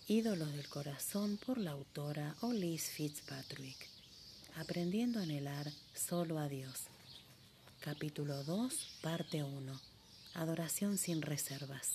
Ídolos del corazón por la autora Alice Fitzpatrick. Aprendiendo a anhelar solo a Dios. Capítulo 2, parte 1. Adoración sin reservas.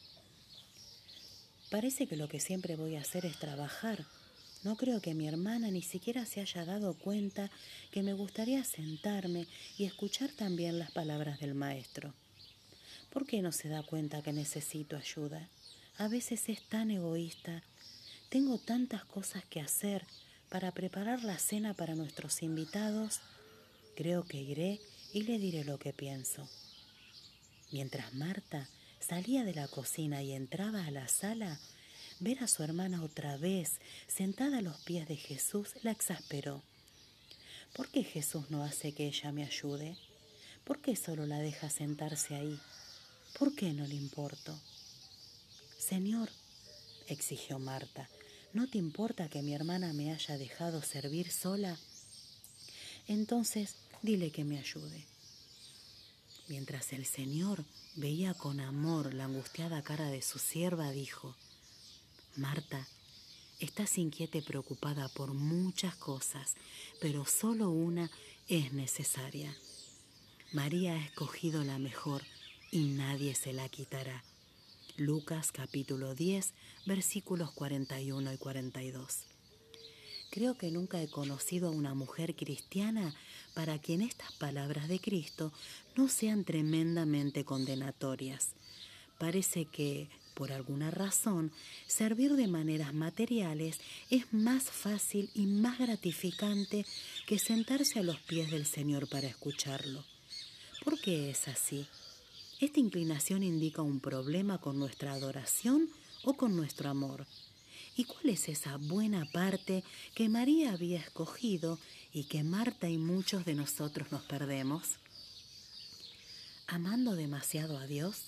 Parece que lo que siempre voy a hacer es trabajar. No creo que mi hermana ni siquiera se haya dado cuenta que me gustaría sentarme y escuchar también las palabras del maestro. ¿Por qué no se da cuenta que necesito ayuda? A veces es tan egoísta. Tengo tantas cosas que hacer para preparar la cena para nuestros invitados. Creo que iré y le diré lo que pienso. Mientras Marta salía de la cocina y entraba a la sala, ver a su hermana otra vez sentada a los pies de Jesús la exasperó. ¿Por qué Jesús no hace que ella me ayude? ¿Por qué solo la deja sentarse ahí? ¿Por qué no le importo? Señor, exigió Marta, ¿no te importa que mi hermana me haya dejado servir sola? Entonces, dile que me ayude. Mientras el Señor veía con amor la angustiada cara de su sierva, dijo: Marta, estás inquieta y preocupada por muchas cosas, pero solo una es necesaria. María ha escogido la mejor y nadie se la quitará. Lucas capítulo 10, versículos 41 y 42. Creo que nunca he conocido a una mujer cristiana para quien estas palabras de Cristo no sean tremendamente condenatorias. Parece que, por alguna razón, servir de maneras materiales es más fácil y más gratificante que sentarse a los pies del Señor para escucharlo. ¿Por qué es así? ¿Esta inclinación indica un problema con nuestra adoración o con nuestro amor? ¿Y cuál es esa buena parte que María había escogido y que Marta y muchos de nosotros nos perdemos? ¿Amando demasiado a Dios?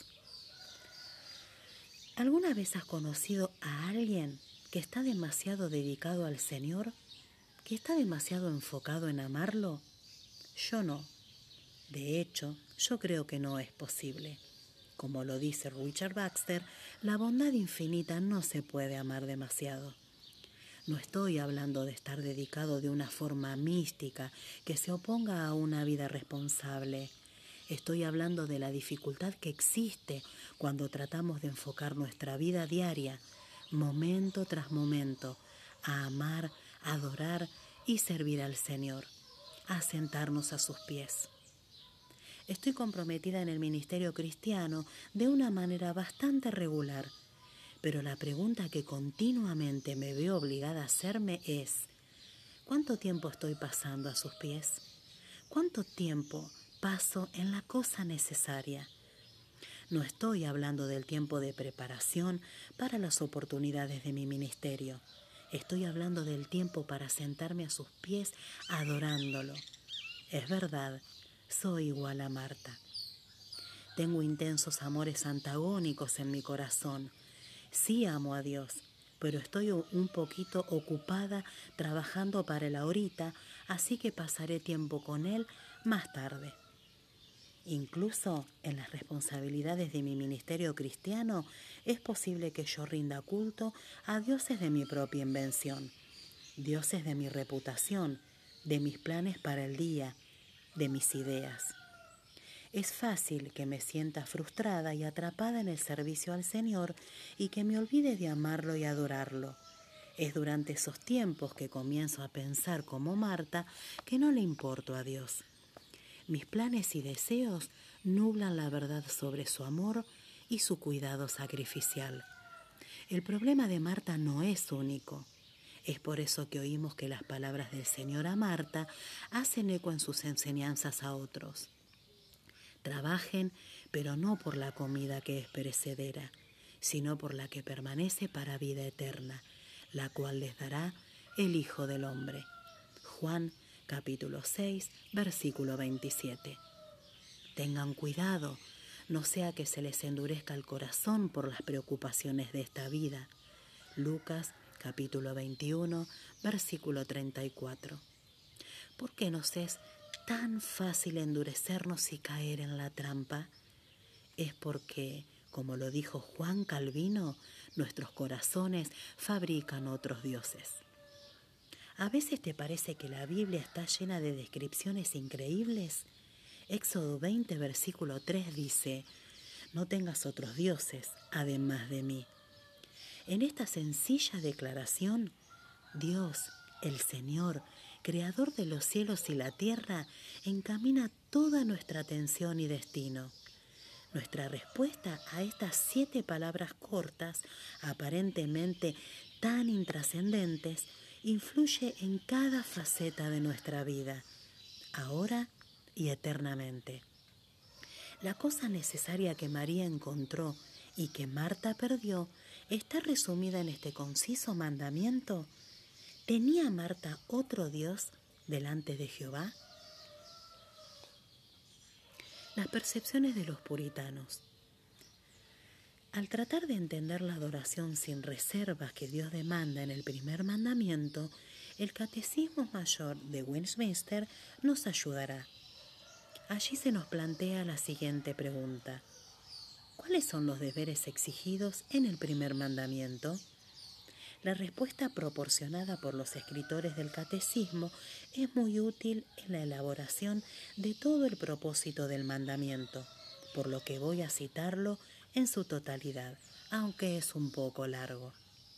¿Alguna vez has conocido a alguien que está demasiado dedicado al Señor? ¿Que está demasiado enfocado en amarlo? Yo no. De hecho, yo creo que no es posible. Como lo dice Richard Baxter, la bondad infinita no se puede amar demasiado. No estoy hablando de estar dedicado de una forma mística que se oponga a una vida responsable. Estoy hablando de la dificultad que existe cuando tratamos de enfocar nuestra vida diaria, momento tras momento, a amar, adorar y servir al Señor, a sentarnos a sus pies. Estoy comprometida en el ministerio cristiano de una manera bastante regular, pero la pregunta que continuamente me veo obligada a hacerme es: ¿cuánto tiempo estoy pasando a sus pies? ¿Cuánto tiempo paso en la cosa necesaria? No estoy hablando del tiempo de preparación para las oportunidades de mi ministerio. Estoy hablando del tiempo para sentarme a sus pies adorándolo. Es verdad, soy igual a Marta. Tengo intensos amores antagónicos en mi corazón. Sí amo a Dios, pero estoy un poquito ocupada trabajando para el ahorita, así que pasaré tiempo con Él más tarde. Incluso en las responsabilidades de mi ministerio cristiano es posible que yo rinda culto a dioses de mi propia invención, dioses de mi reputación, de mis planes para el día, de mis ideas. Es fácil que me sienta frustrada y atrapada en el servicio al Señor y que me olvide de amarlo y adorarlo. Es durante esos tiempos que comienzo a pensar como Marta que no le importo a Dios. Mis planes y deseos nublan la verdad sobre su amor y su cuidado sacrificial. El problema de Marta no es único. Es por eso que oímos que las palabras del Señor a Marta hacen eco en sus enseñanzas a otros. Trabajen, pero no por la comida que es perecedera, sino por la que permanece para vida eterna, la cual les dará el Hijo del Hombre. Juan capítulo 6, versículo 27. Tengan cuidado, no sea que se les endurezca el corazón por las preocupaciones de esta vida. Lucas capítulo 21, versículo 34. ¿Por qué nos es tan fácil endurecernos y caer en la trampa? Es porque Como lo dijo Juan Calvino, nuestros corazones fabrican otros dioses. ¿A veces te parece que la Biblia está llena de descripciones increíbles? Éxodo 20, versículo 3 dice: no tengas otros dioses además de mí. En esta sencilla declaración, Dios, el Señor, Creador de los cielos y la tierra, encamina toda nuestra atención y destino. Nuestra respuesta a estas 7 palabras cortas, aparentemente tan intrascendentes, influye en cada faceta de nuestra vida, ahora y eternamente. La cosa necesaria que María encontró y que Marta perdió está resumida en este conciso mandamiento. ¿Tenía Marta otro Dios delante de Jehová? Las percepciones de los puritanos. Al tratar de entender la adoración sin reservas que Dios demanda en el primer mandamiento, el Catecismo Mayor de Westminster nos ayudará. Allí se nos plantea la siguiente pregunta: ¿cuáles son los deberes exigidos en el primer mandamiento? La respuesta proporcionada por los escritores del Catecismo es muy útil en la elaboración de todo el propósito del mandamiento, por lo que voy a citarlo en su totalidad, aunque es un poco largo.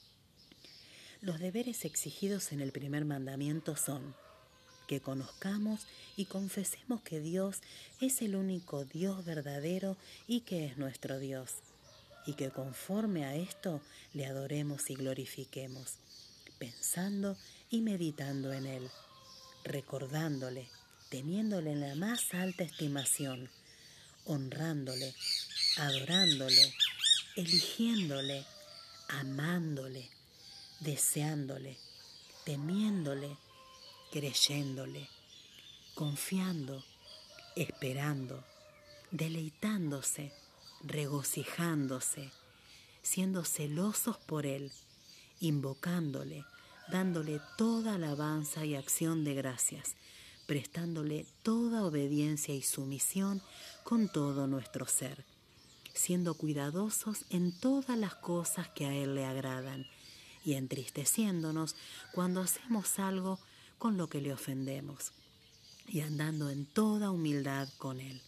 Los deberes exigidos en el primer mandamiento son: que conozcamos y confesemos que Dios es el único Dios verdadero y que es nuestro Dios, y que conforme a esto le adoremos y glorifiquemos, pensando y meditando en Él, recordándole, teniéndole en la más alta estimación, honrándole, adorándole, eligiéndole, amándole, deseándole, temiéndole, creyéndole, confiando, esperando, deleitándose, regocijándose, siendo celosos por Él, invocándole, dándole toda alabanza y acción de gracias, prestándole toda obediencia y sumisión con todo nuestro ser, siendo cuidadosos en todas las cosas que a Él le agradan y entristeciéndonos cuando hacemos algo con lo que le ofendemos y andando en toda humildad con Él.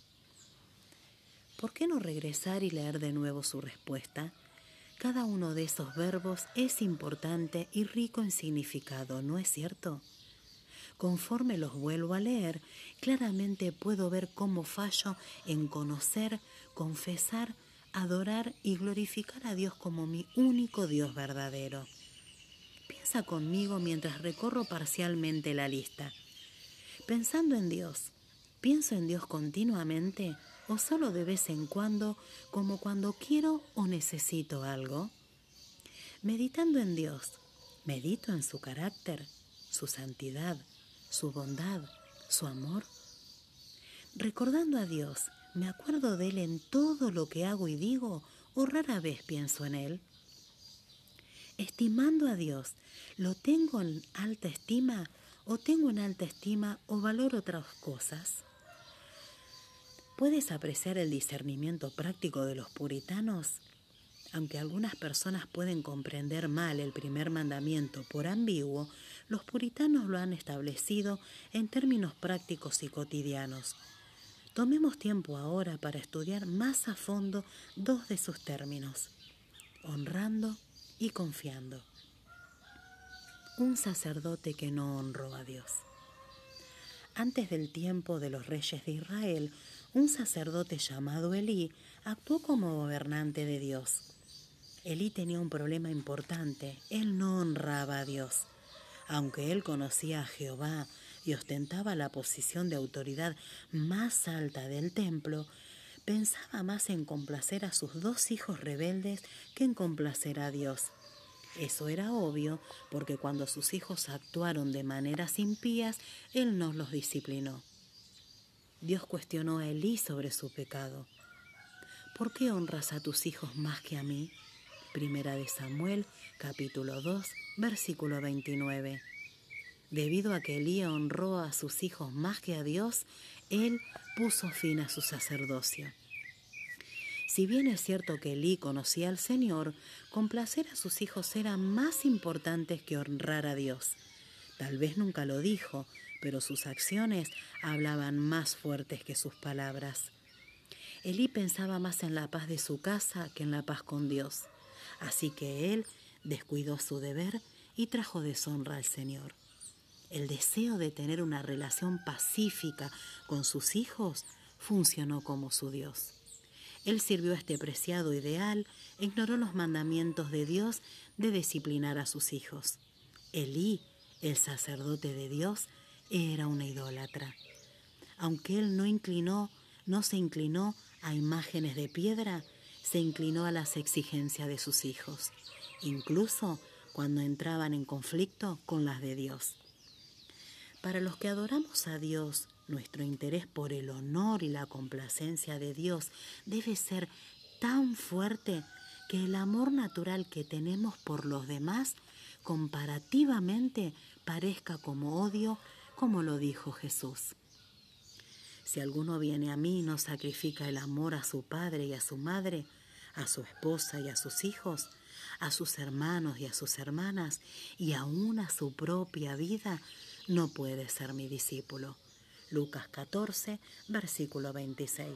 ¿Por qué no regresar y leer de nuevo su respuesta? Cada uno de esos verbos es importante y rico en significado, ¿no es cierto? Conforme los vuelvo a leer, claramente puedo ver cómo fallo en conocer, confesar, adorar y glorificar a Dios como mi único Dios verdadero. Piensa conmigo mientras recorro parcialmente la lista. Pensando en Dios, ¿pienso en Dios continuamente o solo de vez en cuando, como cuando quiero o necesito algo? Meditando en Dios, ¿medito en su carácter, su santidad, su bondad, su amor? Recordando a Dios, ¿me acuerdo de Él en todo lo que hago y digo o rara vez pienso en Él? Estimando a Dios, ¿lo tengo en alta estima o tengo en alta estima o valoro otras cosas? ¿Puedes apreciar el discernimiento práctico de los puritanos? Aunque algunas personas pueden comprender mal el primer mandamiento por ambiguo, los puritanos lo han establecido en términos prácticos y cotidianos. Tomemos tiempo ahora para estudiar más a fondo 2 de sus términos: honrando y confiando. Un sacerdote que no honró a Dios. Antes del tiempo de los reyes de Israel, un sacerdote llamado Elí actuó como gobernante de Dios. Elí tenía un problema importante: él no honraba a Dios. Aunque él conocía a Jehová y ostentaba la posición de autoridad más alta del templo, pensaba más en complacer a sus 2 hijos rebeldes que en complacer a Dios. Eso era obvio porque cuando sus hijos actuaron de maneras impías, él no los disciplinó. Dios cuestionó a Elí sobre su pecado. ¿Por qué honras a tus hijos más que a mí? Primera de Samuel, capítulo 2, versículo 29. Debido a que Elí honró a sus hijos más que a Dios, él puso fin a su sacerdocio. Si bien es cierto que Elí conocía al Señor, complacer a sus hijos era más importante que honrar a Dios. Tal vez nunca lo dijo, pero sus acciones hablaban más fuertes que sus palabras. Elí pensaba más en la paz de su casa que en la paz con Dios. Así que él descuidó su deber y trajo deshonra al Señor. El deseo de tener una relación pacífica con sus hijos funcionó como su Dios. Él sirvió a este preciado ideal e ignoró los mandamientos de Dios de disciplinar a sus hijos. Elí, el sacerdote de Dios, era un idólatra. Aunque él no se inclinó a imágenes de piedra, se inclinó a las exigencias de sus hijos, incluso cuando entraban en conflicto con las de Dios. Para los que adoramos a Dios, nuestro interés por el honor y la complacencia de Dios debe ser tan fuerte que el amor natural que tenemos por los demás comparativamente parezca como odio, como lo dijo Jesús. Si alguno viene a mí y no sacrifica el amor a su padre y a su madre, a su esposa y a sus hijos, a sus hermanos y a sus hermanas, y aún a su propia vida, no puede ser mi discípulo. Lucas 14, versículo 26.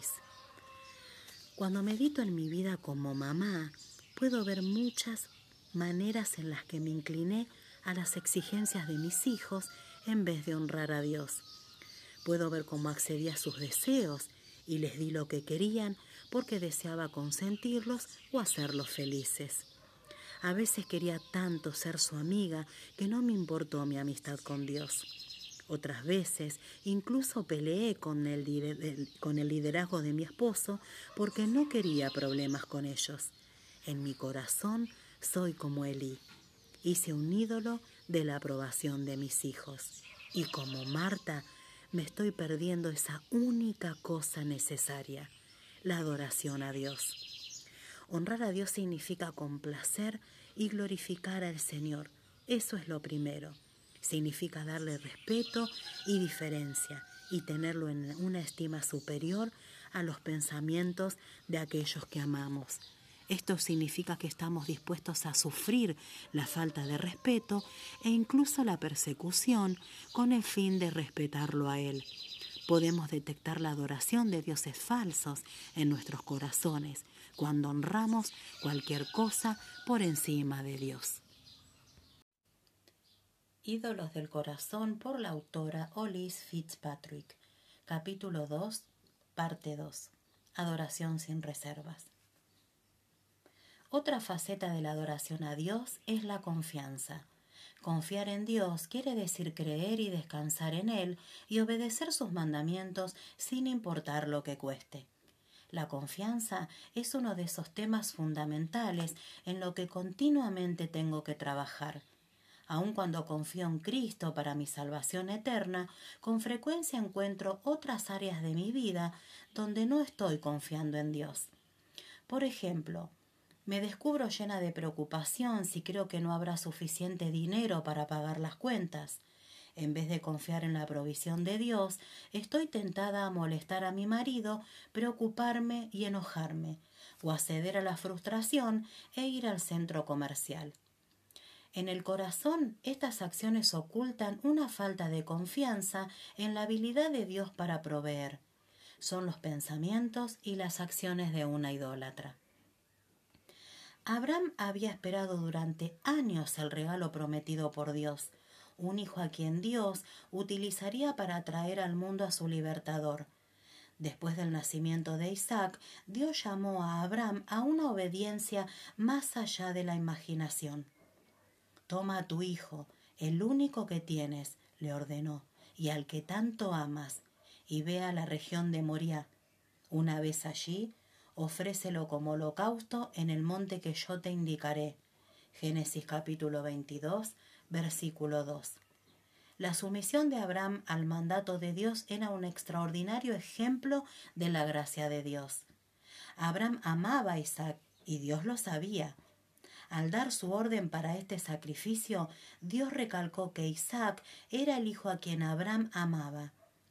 Cuando medito en mi vida como mamá, puedo ver muchas maneras en las que me incliné a las exigencias de mis hijos en vez de honrar a Dios. Puedo ver cómo accedí a sus deseos y les di lo que querían porque deseaba consentirlos o hacerlos felices. A veces quería tanto ser su amiga que no me importó mi amistad con Dios. Otras veces incluso peleé con el liderazgo de mi esposo porque no quería problemas con ellos. En mi corazón soy como Elí. Hice un ídolo de la aprobación de mis hijos. Y como Marta, me estoy perdiendo esa única cosa necesaria, la adoración a Dios. Honrar a Dios significa complacer y glorificar al Señor. Eso es lo primero. Significa darle respeto y diferencia y tenerlo en una estima superior a los pensamientos de aquellos que amamos. Esto significa que estamos dispuestos a sufrir la falta de respeto e incluso la persecución con el fin de respetarlo a Él. Podemos detectar la adoración de dioses falsos en nuestros corazones cuando honramos cualquier cosa por encima de Dios. Ídolos del corazón por la autora Hollis Fitzpatrick. Capítulo 2, parte 2. Adoración sin reservas. Otra faceta de la adoración a Dios es la confianza. Confiar en Dios quiere decir creer y descansar en Él y obedecer sus mandamientos sin importar lo que cueste. La confianza es uno de esos temas fundamentales en lo que continuamente tengo que trabajar. Aun cuando confío en Cristo para mi salvación eterna, con frecuencia encuentro otras áreas de mi vida donde no estoy confiando en Dios. Por ejemplo, me descubro llena de preocupación si creo que no habrá suficiente dinero para pagar las cuentas. En vez de confiar en la provisión de Dios, estoy tentada a molestar a mi marido, preocuparme y enojarme, o a ceder a la frustración e ir al centro comercial. En el corazón, estas acciones ocultan una falta de confianza en la habilidad de Dios para proveer. Son los pensamientos y las acciones de una idólatra. Abraham había esperado durante años el regalo prometido por Dios, un hijo a quien Dios utilizaría para traer al mundo a su libertador. Después del nacimiento de Isaac, Dios llamó a Abraham a una obediencia más allá de la imaginación. «Toma a tu hijo, el único que tienes», le ordenó, «y al que tanto amas, y ve a la región de Moriah. Una vez allí, ofrécelo como holocausto en el monte que yo te indicaré». Génesis capítulo 22, versículo 2. La sumisión de Abraham al mandato de Dios era un extraordinario ejemplo de la gracia de Dios. Abraham amaba a Isaac y Dios lo sabía. Al dar su orden para este sacrificio, Dios recalcó que Isaac era el hijo a quien Abraham amaba.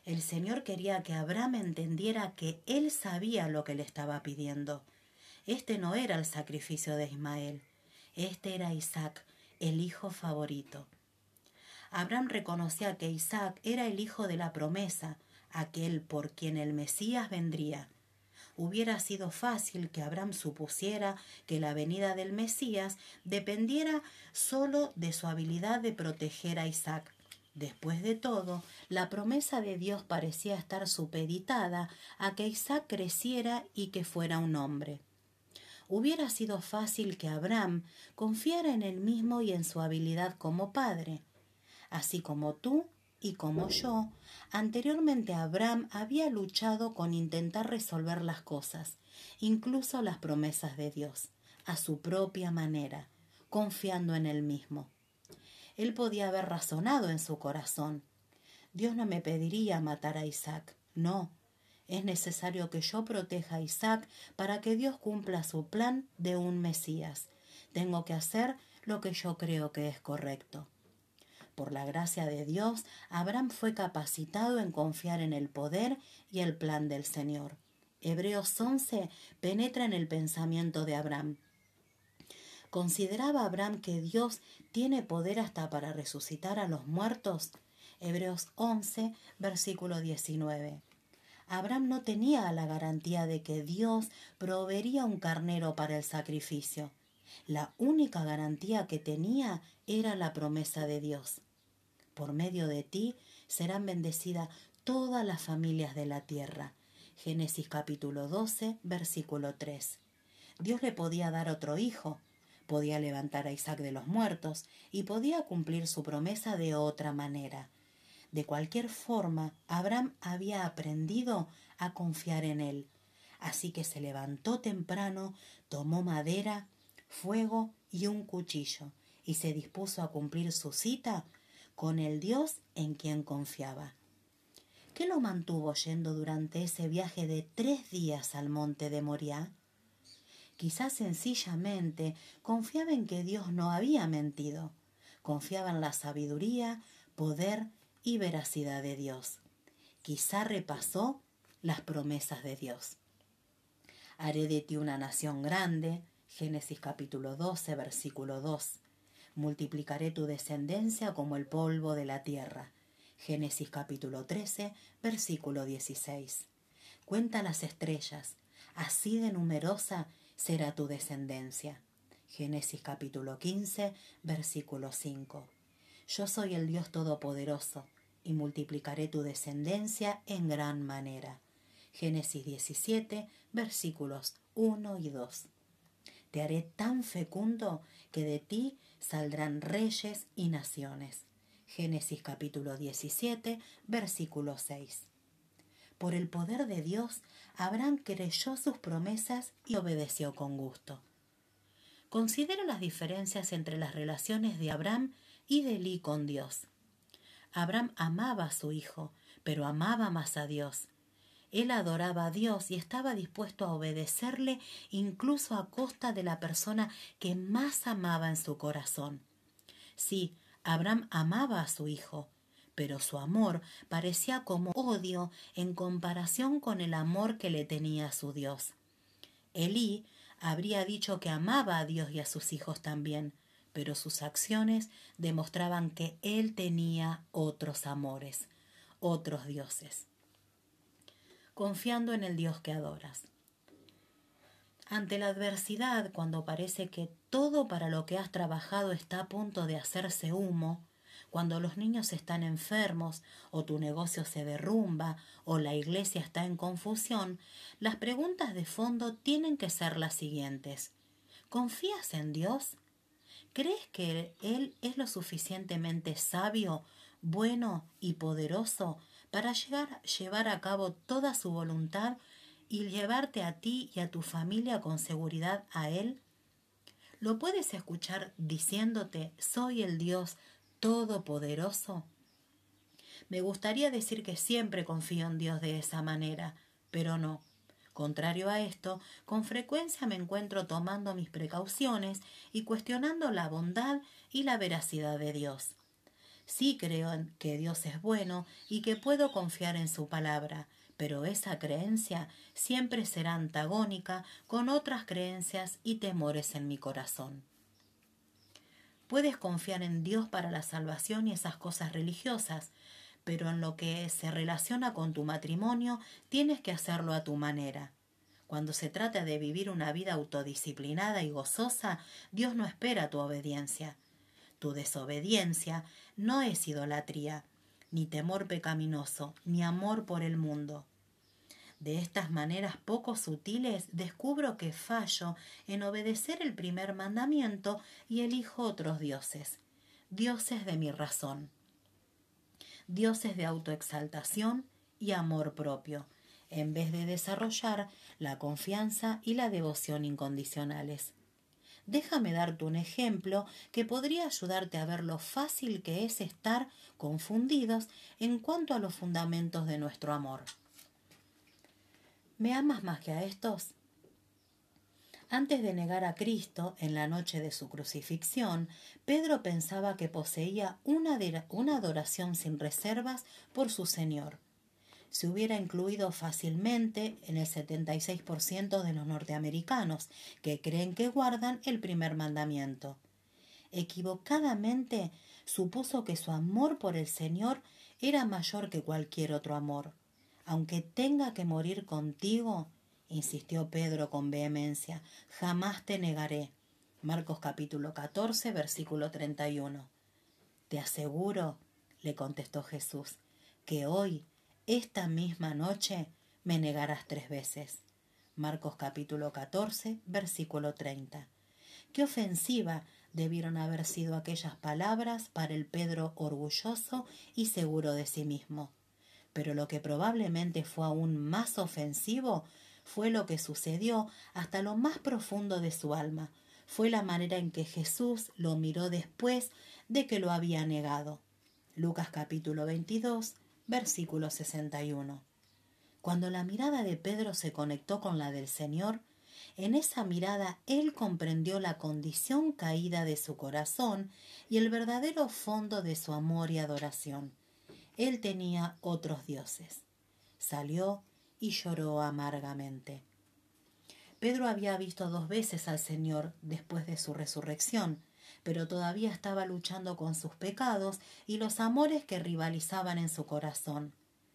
El Señor quería que Abraham entendiera que él sabía lo que le estaba pidiendo. Este no era el sacrificio de Ismael, este era Isaac, el hijo favorito. Abraham reconocía que Isaac era el hijo de la promesa, aquel por quien el Mesías vendría. Hubiera sido fácil que Abraham supusiera que la venida del Mesías dependiera solo de su habilidad de proteger a Isaac. Después de todo, la promesa de Dios parecía estar supeditada a que Isaac creciera y que fuera un hombre. Hubiera sido fácil que Abraham confiara en él mismo y en su habilidad como padre. Así como tú y como yo, anteriormente Abraham había luchado con intentar resolver las cosas, incluso las promesas de Dios, a su propia manera, confiando en él mismo. Él podía haber razonado en su corazón: Dios no me pediría matar a Isaac, no. Es necesario que yo proteja a Isaac para que Dios cumpla su plan de un Mesías. Tengo que hacer lo que yo creo que es correcto. Por la gracia de Dios, Abraham fue capacitado en confiar en el poder y el plan del Señor. Hebreos 11 penetra en el pensamiento de Abraham. ¿Consideraba Abraham que Dios tiene poder hasta para resucitar a los muertos? Hebreos 11, versículo 19. Abraham no tenía la garantía de que Dios proveería un carnero para el sacrificio. La única garantía que tenía era la promesa de Dios. Por medio de ti serán bendecidas todas las familias de la tierra. Génesis capítulo 12, versículo 3. Dios le podía dar otro hijo, podía levantar a Isaac de los muertos y podía cumplir su promesa de otra manera. De cualquier forma, Abraham había aprendido a confiar en él. Así que se levantó temprano, tomó madera, fuego y un cuchillo, y se dispuso a cumplir su cita con el Dios en quien confiaba. ¿Qué lo mantuvo yendo durante ese viaje de 3 días al monte de Moriah? Quizás sencillamente confiaba en que Dios no había mentido. Confiaba en la sabiduría, poder y veracidad de Dios. Quizá repasó las promesas de Dios. Haré de ti una nación grande, Génesis capítulo 12, versículo 2. Multiplicaré tu descendencia como el polvo de la tierra, Génesis capítulo 13, versículo 16. Cuenta las estrellas, así de numerosa será tu descendencia, Génesis capítulo 15, versículo 5. Yo soy el Dios Todopoderoso, y multiplicaré tu descendencia en gran manera. Génesis 17, versículos 1 y 2. Te haré tan fecundo que de ti saldrán reyes y naciones. Génesis capítulo 17, versículo 6. Por el poder de Dios, Abraham creyó sus promesas y obedeció con gusto. Considera las diferencias entre las relaciones de Abraham y de Elí con Dios. Abraham amaba a su hijo, pero amaba más a Dios. Él adoraba a Dios y estaba dispuesto a obedecerle incluso a costa de la persona que más amaba en su corazón. Sí, Abraham amaba a su hijo, pero su amor parecía como odio en comparación con el amor que le tenía a su Dios. Elí habría dicho que amaba a Dios y a sus hijos también, pero sus acciones demostraban que él tenía otros amores, otros dioses. Confiando en el Dios que adoras. Ante la adversidad, cuando parece que todo para lo que has trabajado está a punto de hacerse humo, cuando los niños están enfermos, o tu negocio se derrumba, o la iglesia está en confusión, las preguntas de fondo tienen que ser las siguientes. ¿Confías en Dios? ¿Crees que Él es lo suficientemente sabio, bueno y poderoso para llevar a cabo toda su voluntad y llevarte a ti y a tu familia con seguridad a Él? ¿Lo puedes escuchar diciéndote: soy el Dios Todopoderoso? Me gustaría decir que siempre confío en Dios de esa manera, pero no. Contrario a esto, con frecuencia me encuentro tomando mis precauciones y cuestionando la bondad y la veracidad de Dios. Sí creo en que Dios es bueno y que puedo confiar en su palabra, pero esa creencia siempre será antagónica con otras creencias y temores en mi corazón. Puedes confiar en Dios para la salvación y esas cosas religiosas, pero en lo que se relaciona con tu matrimonio tienes que hacerlo a tu manera. Cuando se trata de vivir una vida autodisciplinada y gozosa, Dios no espera tu obediencia. Tu desobediencia no es idolatría, ni temor pecaminoso, ni amor por el mundo. De estas maneras poco sutiles descubro que fallo en obedecer el primer mandamiento y elijo otros dioses, dioses de mi razón, dioses de autoexaltación y amor propio, en vez de desarrollar la confianza y la devoción incondicionales. Déjame darte un ejemplo que podría ayudarte a ver lo fácil que es estar confundidos en cuanto a los fundamentos de nuestro amor. ¿Me amas más que a estos? Antes de negar a Cristo en la noche de su crucifixión, Pedro pensaba que poseía una adoración sin reservas por su Señor. Se hubiera incluido fácilmente en el 76% de los norteamericanos que creen que guardan el primer mandamiento. Equivocadamente supuso que su amor por el Señor era mayor que cualquier otro amor. Aunque tenga que morir contigo, insistió Pedro con vehemencia, jamás te negaré. Marcos capítulo 14, versículo 31. Te aseguro, le contestó Jesús, que hoy, esta misma noche, me negarás 3 veces. Marcos capítulo 14, versículo 30. Qué ofensiva debieron haber sido aquellas palabras para el Pedro orgulloso y seguro de sí mismo. Pero lo que probablemente fue aún más ofensivo fue lo que sucedió hasta lo más profundo de su alma. Fue la manera en que Jesús lo miró después de que lo había negado. Lucas capítulo 22, versículo 61. Cuando la mirada de Pedro se conectó con la del Señor, en esa mirada él comprendió la condición caída de su corazón y el verdadero fondo de su amor y adoración. Él tenía otros dioses. Salió y lloró amargamente. Pedro había visto 2 veces al Señor después de su resurrección, pero todavía estaba luchando con sus pecados y los amores que rivalizaban en su corazón.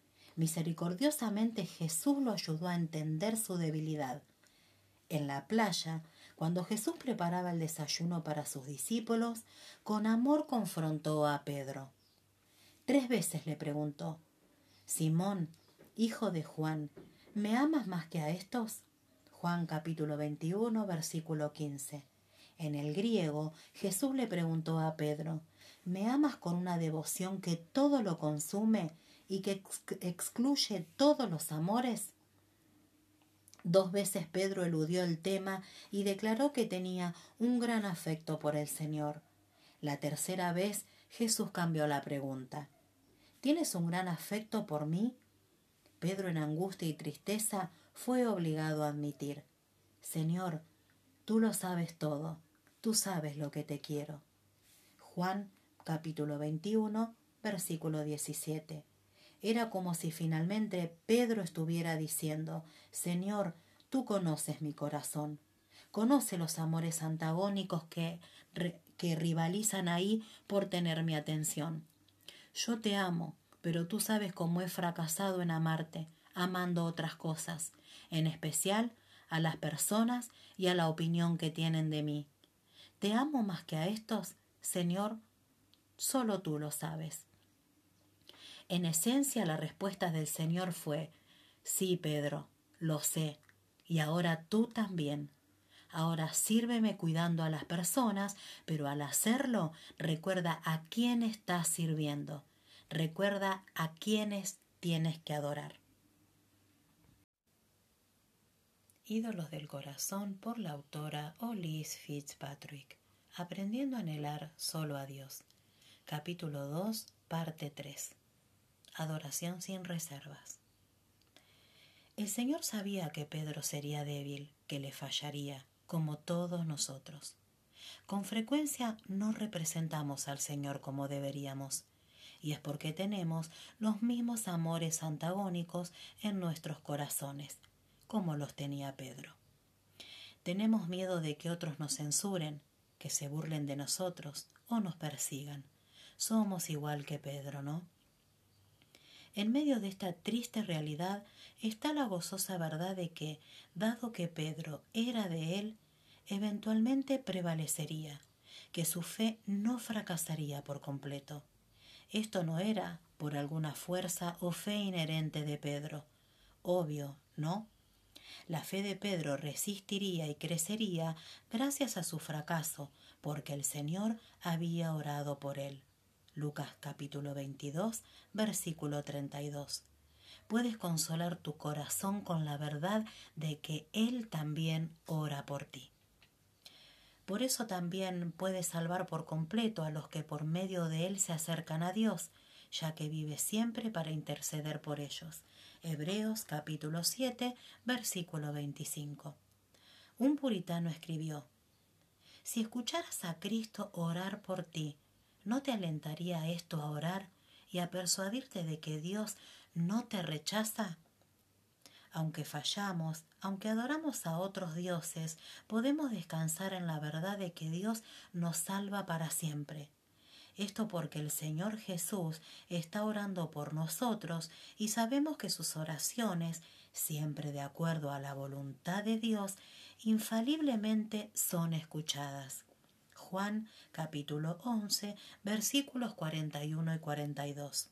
Misericordiosamente Jesús lo ayudó a entender su debilidad. En la playa, cuando Jesús preparaba el desayuno para sus discípulos, con amor confrontó a Pedro. 3 veces le preguntó: Simón, hijo de Juan, ¿me amas más que a estos? Juan capítulo 21, versículo 15. En el griego, Jesús le preguntó a Pedro: ¿me amas con una devoción que todo lo consume y que excluye todos los amores? 2 veces Pedro eludió el tema y declaró que tenía un gran afecto por el Señor. La tercera vez Jesús cambió la pregunta. ¿Tienes un gran afecto por mí? Pedro, en angustia y tristeza, fue obligado a admitir: Señor, tú lo sabes todo, tú sabes lo que te quiero. Juan capítulo 21, versículo 17. Era como si finalmente Pedro estuviera diciendo: Señor, tú conoces mi corazón, conoce los amores antagónicos que rivalizan ahí por tener mi atención. Yo te amo, pero tú sabes cómo he fracasado en amarte, amando otras cosas, en especial a las personas y a la opinión que tienen de mí. ¿Te amo más que a estos, Señor? Solo tú lo sabes. En esencia, la respuesta del Señor fue: sí, Pedro, lo sé, y ahora tú también. Ahora sírveme cuidando a las personas, pero al hacerlo, recuerda a quién estás sirviendo. Recuerda a quiénes tienes que adorar. Ídolos del corazón, por la autora Elise Fitzpatrick. Aprendiendo a anhelar solo a Dios. Capítulo 2, parte 3. Adoración sin reservas. El Señor sabía que Pedro sería débil, que le fallaría, como todos nosotros. Con frecuencia no representamos al Señor como deberíamos. y es porque tenemos los mismos amores antagónicos en nuestros corazones, como los tenía Pedro. Tenemos miedo de que otros nos censuren, que se burlen de nosotros o nos persigan. Somos igual que Pedro, ¿no? En medio de esta triste realidad está la gozosa verdad de que, dado que Pedro era de él, eventualmente prevalecería, que su fe no fracasaría por completo. Esto no era por alguna fuerza o fe inherente de Pedro. Obvio, ¿no? La fe de Pedro resistiría y crecería gracias a su fracaso, porque el Señor había orado por él. Lucas capítulo 22, versículo 32. Puedes consolar tu corazón con la verdad de que Él también ora por ti. Por eso también puedes salvar por completo a los que por medio de Él se acercan a Dios, ya que vive siempre para interceder por ellos. Hebreos capítulo 7, versículo 25. Un puritano escribió: si escucharas a Cristo orar por ti, ¿no te alentaría esto a orar y a persuadirte de que Dios no te rechaza? Aunque fallamos, aunque adoramos a otros dioses, podemos descansar en la verdad de que Dios nos salva para siempre. Esto porque el Señor Jesús está orando por nosotros y sabemos que sus oraciones, siempre de acuerdo a la voluntad de Dios, infaliblemente son escuchadas. Juan capítulo 11, versículos 41 y 42.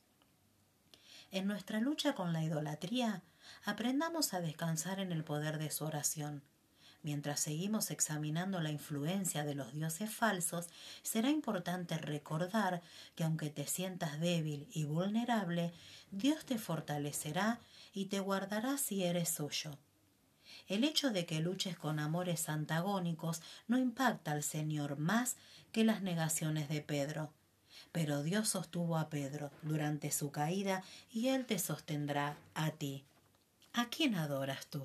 En nuestra lucha con la idolatría, aprendamos a descansar en el poder de su oración. Mientras seguimos examinando la influencia de los dioses falsos, será importante recordar que aunque te sientas débil y vulnerable, Dios te fortalecerá y te guardará si eres suyo. El hecho de que luches con amores antagónicos no impacta al Señor más que las negaciones de Pedro. Pero Dios sostuvo a Pedro durante su caída y Él te sostendrá a ti. ¿A quién adoras tú?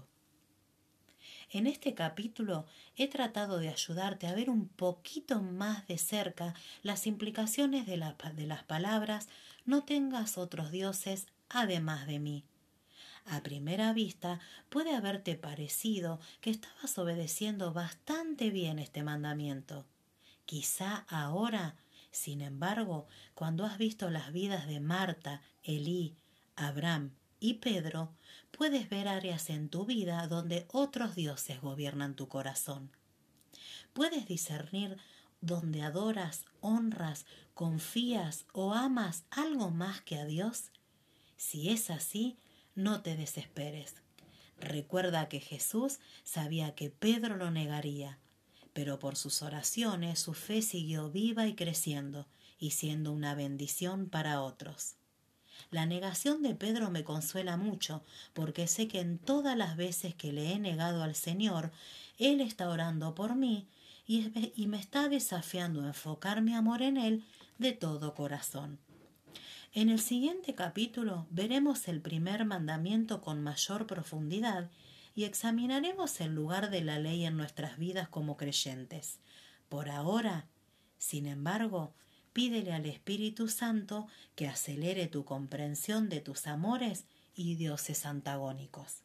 En este capítulo he tratado de ayudarte a ver un poquito más de cerca las implicaciones de las palabras «no tengas otros dioses además de mí». A primera vista puede haberte parecido que estabas obedeciendo bastante bien este mandamiento. Quizá ahora, sin embargo, cuando has visto las vidas de Marta, Elí, Abraham y Pedro, puedes ver áreas en tu vida donde otros dioses gobiernan tu corazón. Puedes discernir donde adoras, honras, confías o amas algo más que a Dios. Si es así, no te desesperes. Recuerda que Jesús sabía que Pedro lo negaría, pero por sus oraciones su fe siguió viva y creciendo, y siendo una bendición para otros. La negación de Pedro me consuela mucho, porque sé que en todas las veces que le he negado al Señor, Él está orando por mí y me está desafiando a enfocar mi amor en Él de todo corazón. En el siguiente capítulo veremos el primer mandamiento con mayor profundidad y examinaremos el lugar de la ley en nuestras vidas como creyentes. Por ahora, sin embargo, pídele al Espíritu Santo que acelere tu comprensión de tus amores y dioses antagónicos.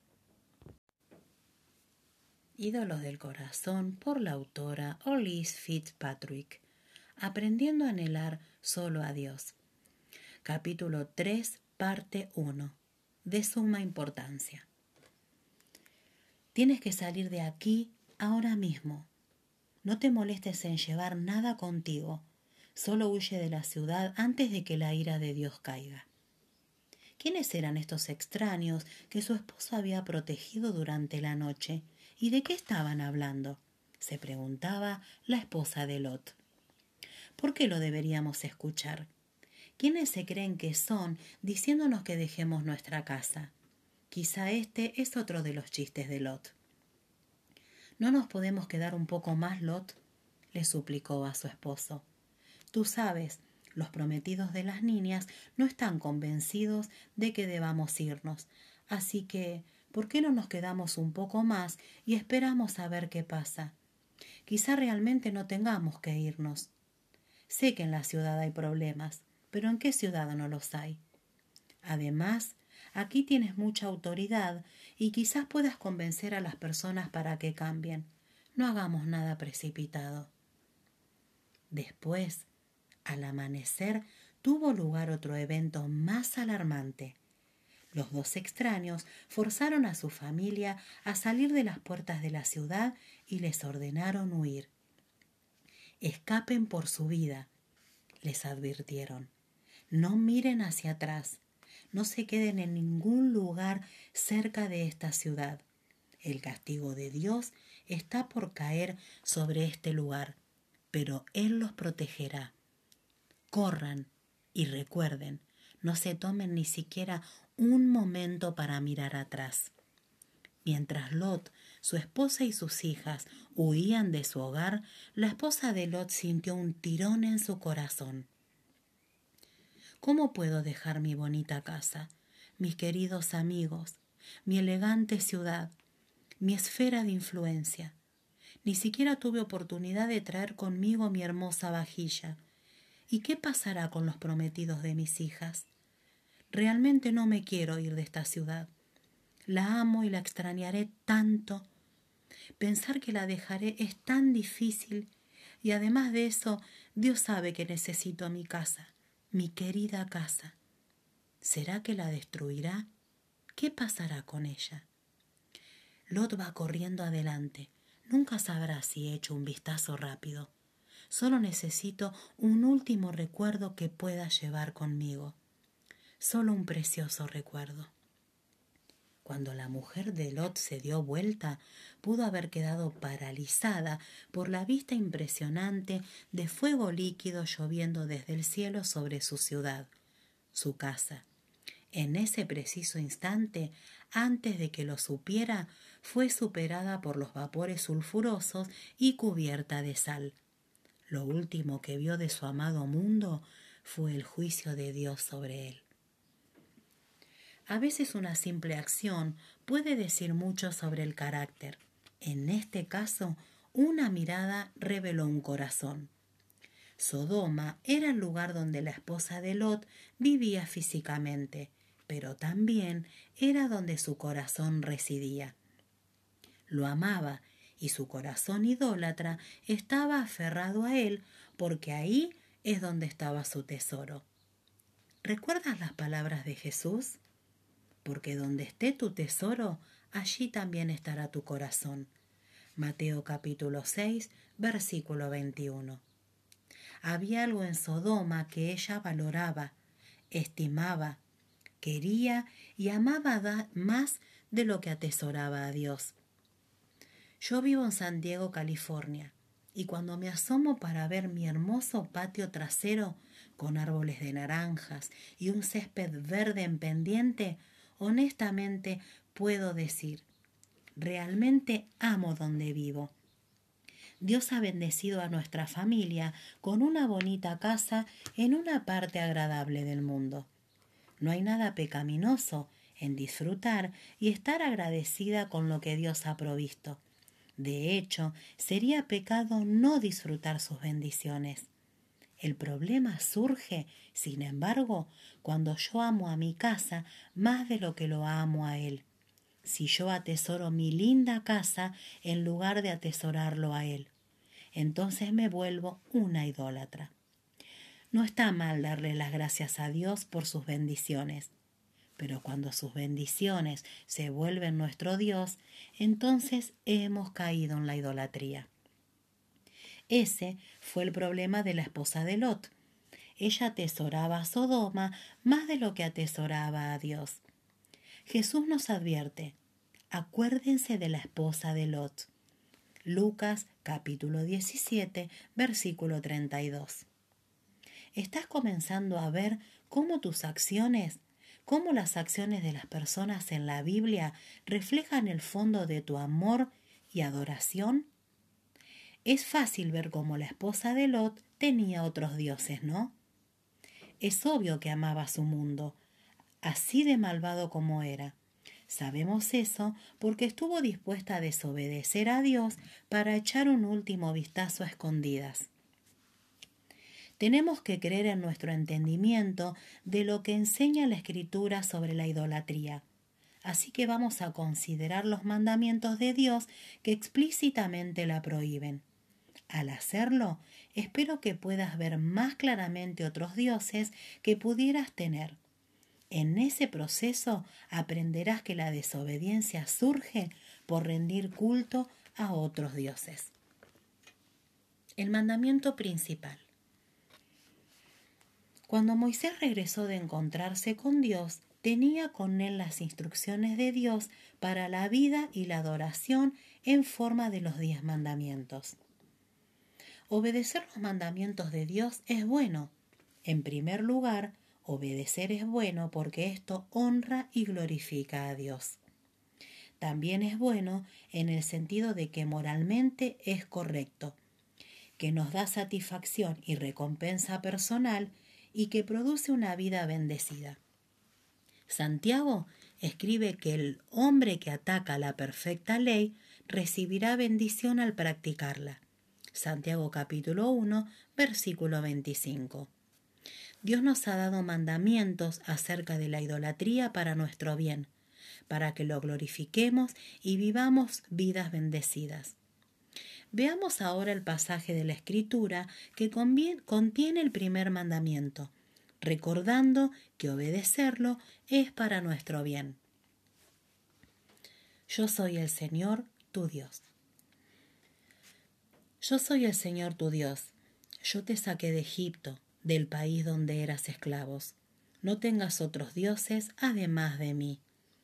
Ídolos del corazón, por la autora Alice Fitzpatrick. Aprendiendo a anhelar solo a Dios. Capítulo 3, parte 1. De suma importancia. Tienes que salir de aquí ahora mismo. No te molestes en llevar nada contigo. Solo huye de la ciudad antes de que la ira de Dios caiga. ¿Quiénes eran estos extraños que su esposo había protegido durante la noche? ¿Y de qué estaban hablando?, se preguntaba la esposa de Lot. ¿Por qué lo deberíamos escuchar? ¿Quiénes se creen que son diciéndonos que dejemos nuestra casa? Quizá este es otro de los chistes de Lot. ¿No nos podemos quedar un poco más, Lot?, le suplicó a su esposo. Tú sabes, los prometidos de las niñas no están convencidos de que debamos irnos, así que, ¿por qué no nos quedamos un poco más y esperamos a ver qué pasa? Quizá realmente no tengamos que irnos. Sé que en la ciudad hay problemas, pero ¿en qué ciudad no los hay? Además, aquí tienes mucha autoridad y quizás puedas convencer a las personas para que cambien. No hagamos nada precipitado. Después, al amanecer, tuvo lugar otro evento más alarmante. Los dos extraños forzaron a su familia a salir de las puertas de la ciudad y les ordenaron huir. Escapen por su vida, les advirtieron. No miren hacia atrás. No se queden en ningún lugar cerca de esta ciudad. El castigo de Dios está por caer sobre este lugar, pero Él los protegerá. Corran y recuerden, no se tomen ni siquiera un momento para mirar atrás. Mientras Lot, su esposa y sus hijas huían de su hogar, la esposa de Lot sintió un tirón en su corazón. ¿Cómo puedo dejar mi bonita casa, mis queridos amigos, mi elegante ciudad, mi esfera de influencia? Ni siquiera tuve oportunidad de traer conmigo mi hermosa vajilla. ¿Y qué pasará con los prometidos de mis hijas? Realmente no me quiero ir de esta ciudad. La amo y la extrañaré tanto. Pensar que la dejaré es tan difícil y además de eso, Dios sabe que necesito mi casa, mi querida casa. ¿Será que la destruirá? ¿Qué pasará con ella? Lot va corriendo adelante. Nunca sabrá si he hecho un vistazo rápido. Solo necesito un último recuerdo que pueda llevar conmigo. Solo un precioso recuerdo. Cuando la mujer de Lot se dio vuelta, pudo haber quedado paralizada por la vista impresionante de fuego líquido lloviendo desde el cielo sobre su ciudad, su casa. En ese preciso instante, antes de que lo supiera, fue superada por los vapores sulfurosos y cubierta de sal. Lo último que vio de su amado mundo fue el juicio de Dios sobre él. A veces una simple acción puede decir mucho sobre el carácter. En este caso, una mirada reveló un corazón. Sodoma era el lugar donde la esposa de Lot vivía físicamente, pero también era donde su corazón residía. Lo amaba y su corazón idólatra estaba aferrado a él porque ahí es donde estaba su tesoro. ¿Recuerdas las palabras de Jesús? Porque donde esté tu tesoro, allí también estará tu corazón. Mateo capítulo 6, versículo 21. Había algo en Sodoma que ella valoraba, estimaba, quería y amaba más de lo que atesoraba a Dios. Yo vivo en San Diego, California, y cuando me asomo para ver mi hermoso patio trasero con árboles de naranjas y un césped verde en pendiente, honestamente puedo decir, realmente amo donde vivo. Dios ha bendecido a nuestra familia con una bonita casa en una parte agradable del mundo. No hay nada pecaminoso en disfrutar y estar agradecida con lo que Dios ha provisto. De hecho, sería pecado no disfrutar sus bendiciones. El problema surge, sin embargo, cuando yo amo a mi casa más de lo que lo amo a él. Si yo atesoro mi linda casa en lugar de atesorarlo a él, entonces me vuelvo una idólatra. No está mal darle las gracias a Dios por sus bendiciones, pero cuando sus bendiciones se vuelven nuestro Dios, entonces hemos caído en la idolatría. Ese fue el problema de la esposa de Lot. Ella atesoraba a Sodoma más de lo que atesoraba a Dios. Jesús nos advierte, acuérdense de la esposa de Lot. Lucas capítulo 17, versículo 32. ¿Estás comenzando a ver cómo tus acciones, cómo las acciones de las personas en la Biblia reflejan el fondo de tu amor y adoración? Es fácil ver cómo la esposa de Lot tenía otros dioses, ¿no? Es obvio que amaba su mundo, así de malvado como era. Sabemos eso porque estuvo dispuesta a desobedecer a Dios para echar un último vistazo a escondidas. Tenemos que creer en nuestro entendimiento de lo que enseña la Escritura sobre la idolatría. Así que vamos a considerar los mandamientos de Dios que explícitamente la prohíben. Al hacerlo, espero que puedas ver más claramente otros dioses que pudieras tener. En ese proceso aprenderás que la desobediencia surge por rendir culto a otros dioses. El mandamiento principal. Cuando Moisés regresó de encontrarse con Dios, tenía con él las instrucciones de Dios para la vida y la adoración en forma de los 10 mandamientos. Obedecer los mandamientos de Dios es bueno. En primer lugar, obedecer es bueno porque esto honra y glorifica a Dios. También es bueno en el sentido de que moralmente es correcto, que nos da satisfacción y recompensa personal y que produce una vida bendecida. Santiago escribe que el hombre que ataca la perfecta ley recibirá bendición al practicarla. Santiago capítulo 1, versículo 25. Dios nos ha dado mandamientos acerca de la idolatría para nuestro bien, para que lo glorifiquemos y vivamos vidas bendecidas. Veamos ahora el pasaje de la Escritura que contiene el primer mandamiento, recordando que obedecerlo es para nuestro bien. Yo soy el Señor, tu Dios. Yo soy el Señor tu Dios. Yo te saqué de Egipto, del país donde eras esclavos. No tengas otros dioses además de mí.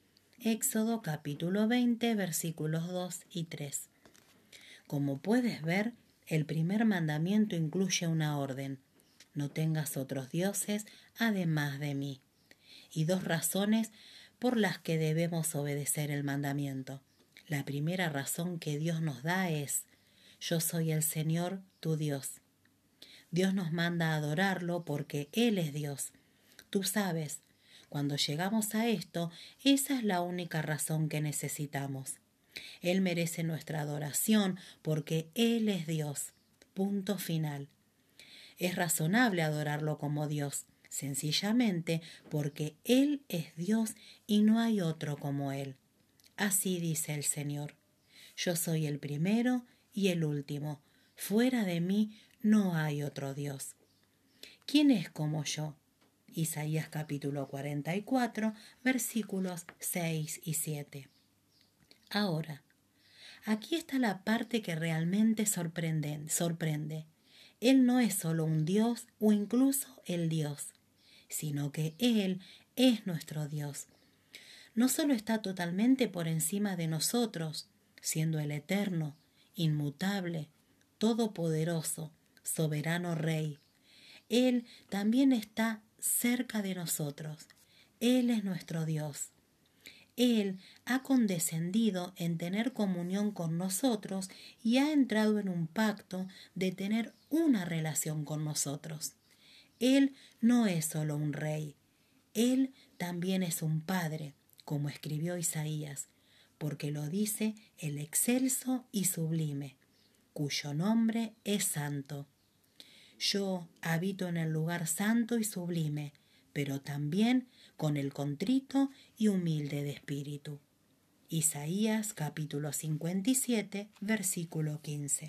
Éxodo capítulo 20, versículos 2 y 3. Como puedes ver, el primer mandamiento incluye una orden. No tengas otros dioses además de mí. Y 2 razones por las que debemos obedecer el mandamiento. La primera razón que Dios nos da es: yo soy el Señor, tu Dios. Dios nos manda a adorarlo porque Él es Dios. Tú sabes, cuando llegamos a esto, esa es la única razón que necesitamos. Él merece nuestra adoración porque Él es Dios. Punto final. Es razonable adorarlo como Dios, sencillamente porque Él es Dios y no hay otro como Él. Así dice el Señor: yo soy el primero y el último. Fuera de mí no hay otro Dios. ¿Quién es como yo? Isaías capítulo 44, versículos 6 y 7. Ahora, aquí está la parte que realmente sorprende. Él no es solo un Dios o incluso el Dios, sino que Él es nuestro Dios. No solo está totalmente por encima de nosotros, siendo el eterno, inmutable, todopoderoso, soberano Rey. Él también está cerca de nosotros. Él es nuestro Dios. Él ha condescendido en tener comunión con nosotros y ha entrado en un pacto de tener una relación con nosotros. Él no es solo un rey. Él también es un padre, como escribió Isaías, porque lo dice el excelso y sublime, cuyo nombre es santo. Yo habito en el lugar santo y sublime, pero también con el contrito y humilde de espíritu. Isaías capítulo 57, versículo 15.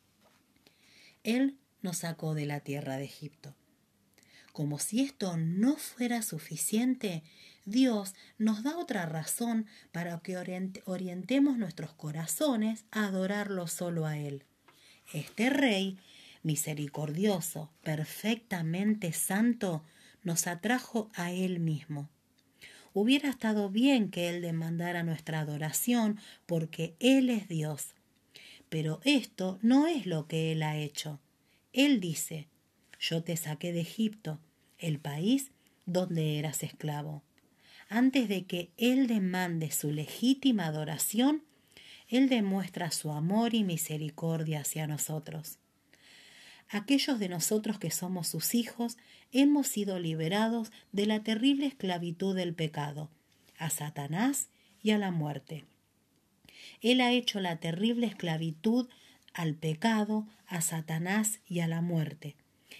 Él nos sacó de la tierra de Egipto. Como si esto no fuera suficiente, Dios nos da otra razón para que orientemos nuestros corazones a adorarlo solo a Él. Este Rey, misericordioso, perfectamente santo, nos atrajo a Él mismo. Hubiera estado bien que Él demandara nuestra adoración porque Él es Dios. Pero esto no es lo que Él ha hecho. Él dice: yo te saqué de Egipto, el país donde eras esclavo. Antes de que Él demande su legítima adoración, Él demuestra su amor y misericordia hacia nosotros. Aquellos de nosotros que somos sus hijos hemos sido liberados de la terrible esclavitud del pecado, a Satanás y a la muerte. Él ha hecho la terrible esclavitud al pecado, a Satanás y a la muerte.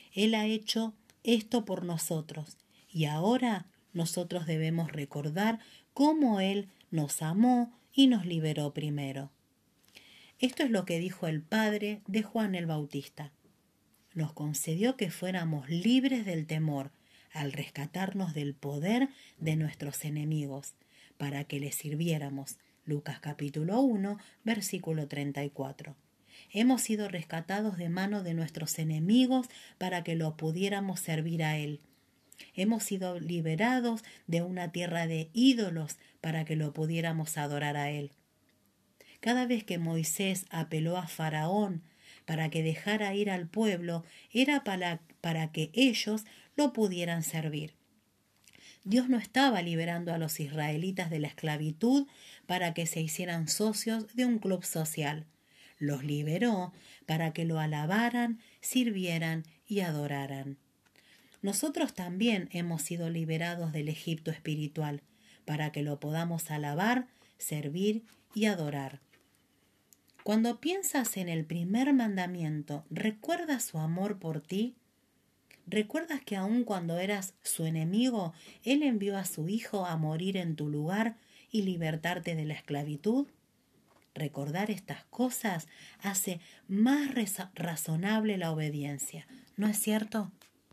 Él ha hecho esto por nosotros y ahora nosotros debemos recordar cómo Él nos amó y nos liberó primero. Esto es lo que dijo el padre de Juan el Bautista. Nos concedió que fuéramos libres del temor al rescatarnos del poder de nuestros enemigos, para que les sirviéramos. Lucas capítulo 1, versículo 34. Hemos sido rescatados de mano de nuestros enemigos para que lo pudiéramos servir a Él. Hemos sido liberados de una tierra de ídolos para que lo pudiéramos adorar a Él. Cada vez que Moisés apeló a Faraón para que dejara ir al pueblo, era para que ellos lo pudieran servir. Dios no estaba liberando a los israelitas de la esclavitud para que se hicieran socios de un club social. Los liberó para que lo alabaran, sirvieran y adoraran. Nosotros también hemos sido liberados del Egipto espiritual para que lo podamos alabar, servir y adorar. Cuando piensas en el primer mandamiento, ¿recuerdas su amor por ti? ¿Recuerdas que aun cuando eras su enemigo, Él envió a su Hijo a morir en tu lugar y libertarte de la esclavitud? Recordar estas cosas hace más razonable la obediencia, ¿no es cierto?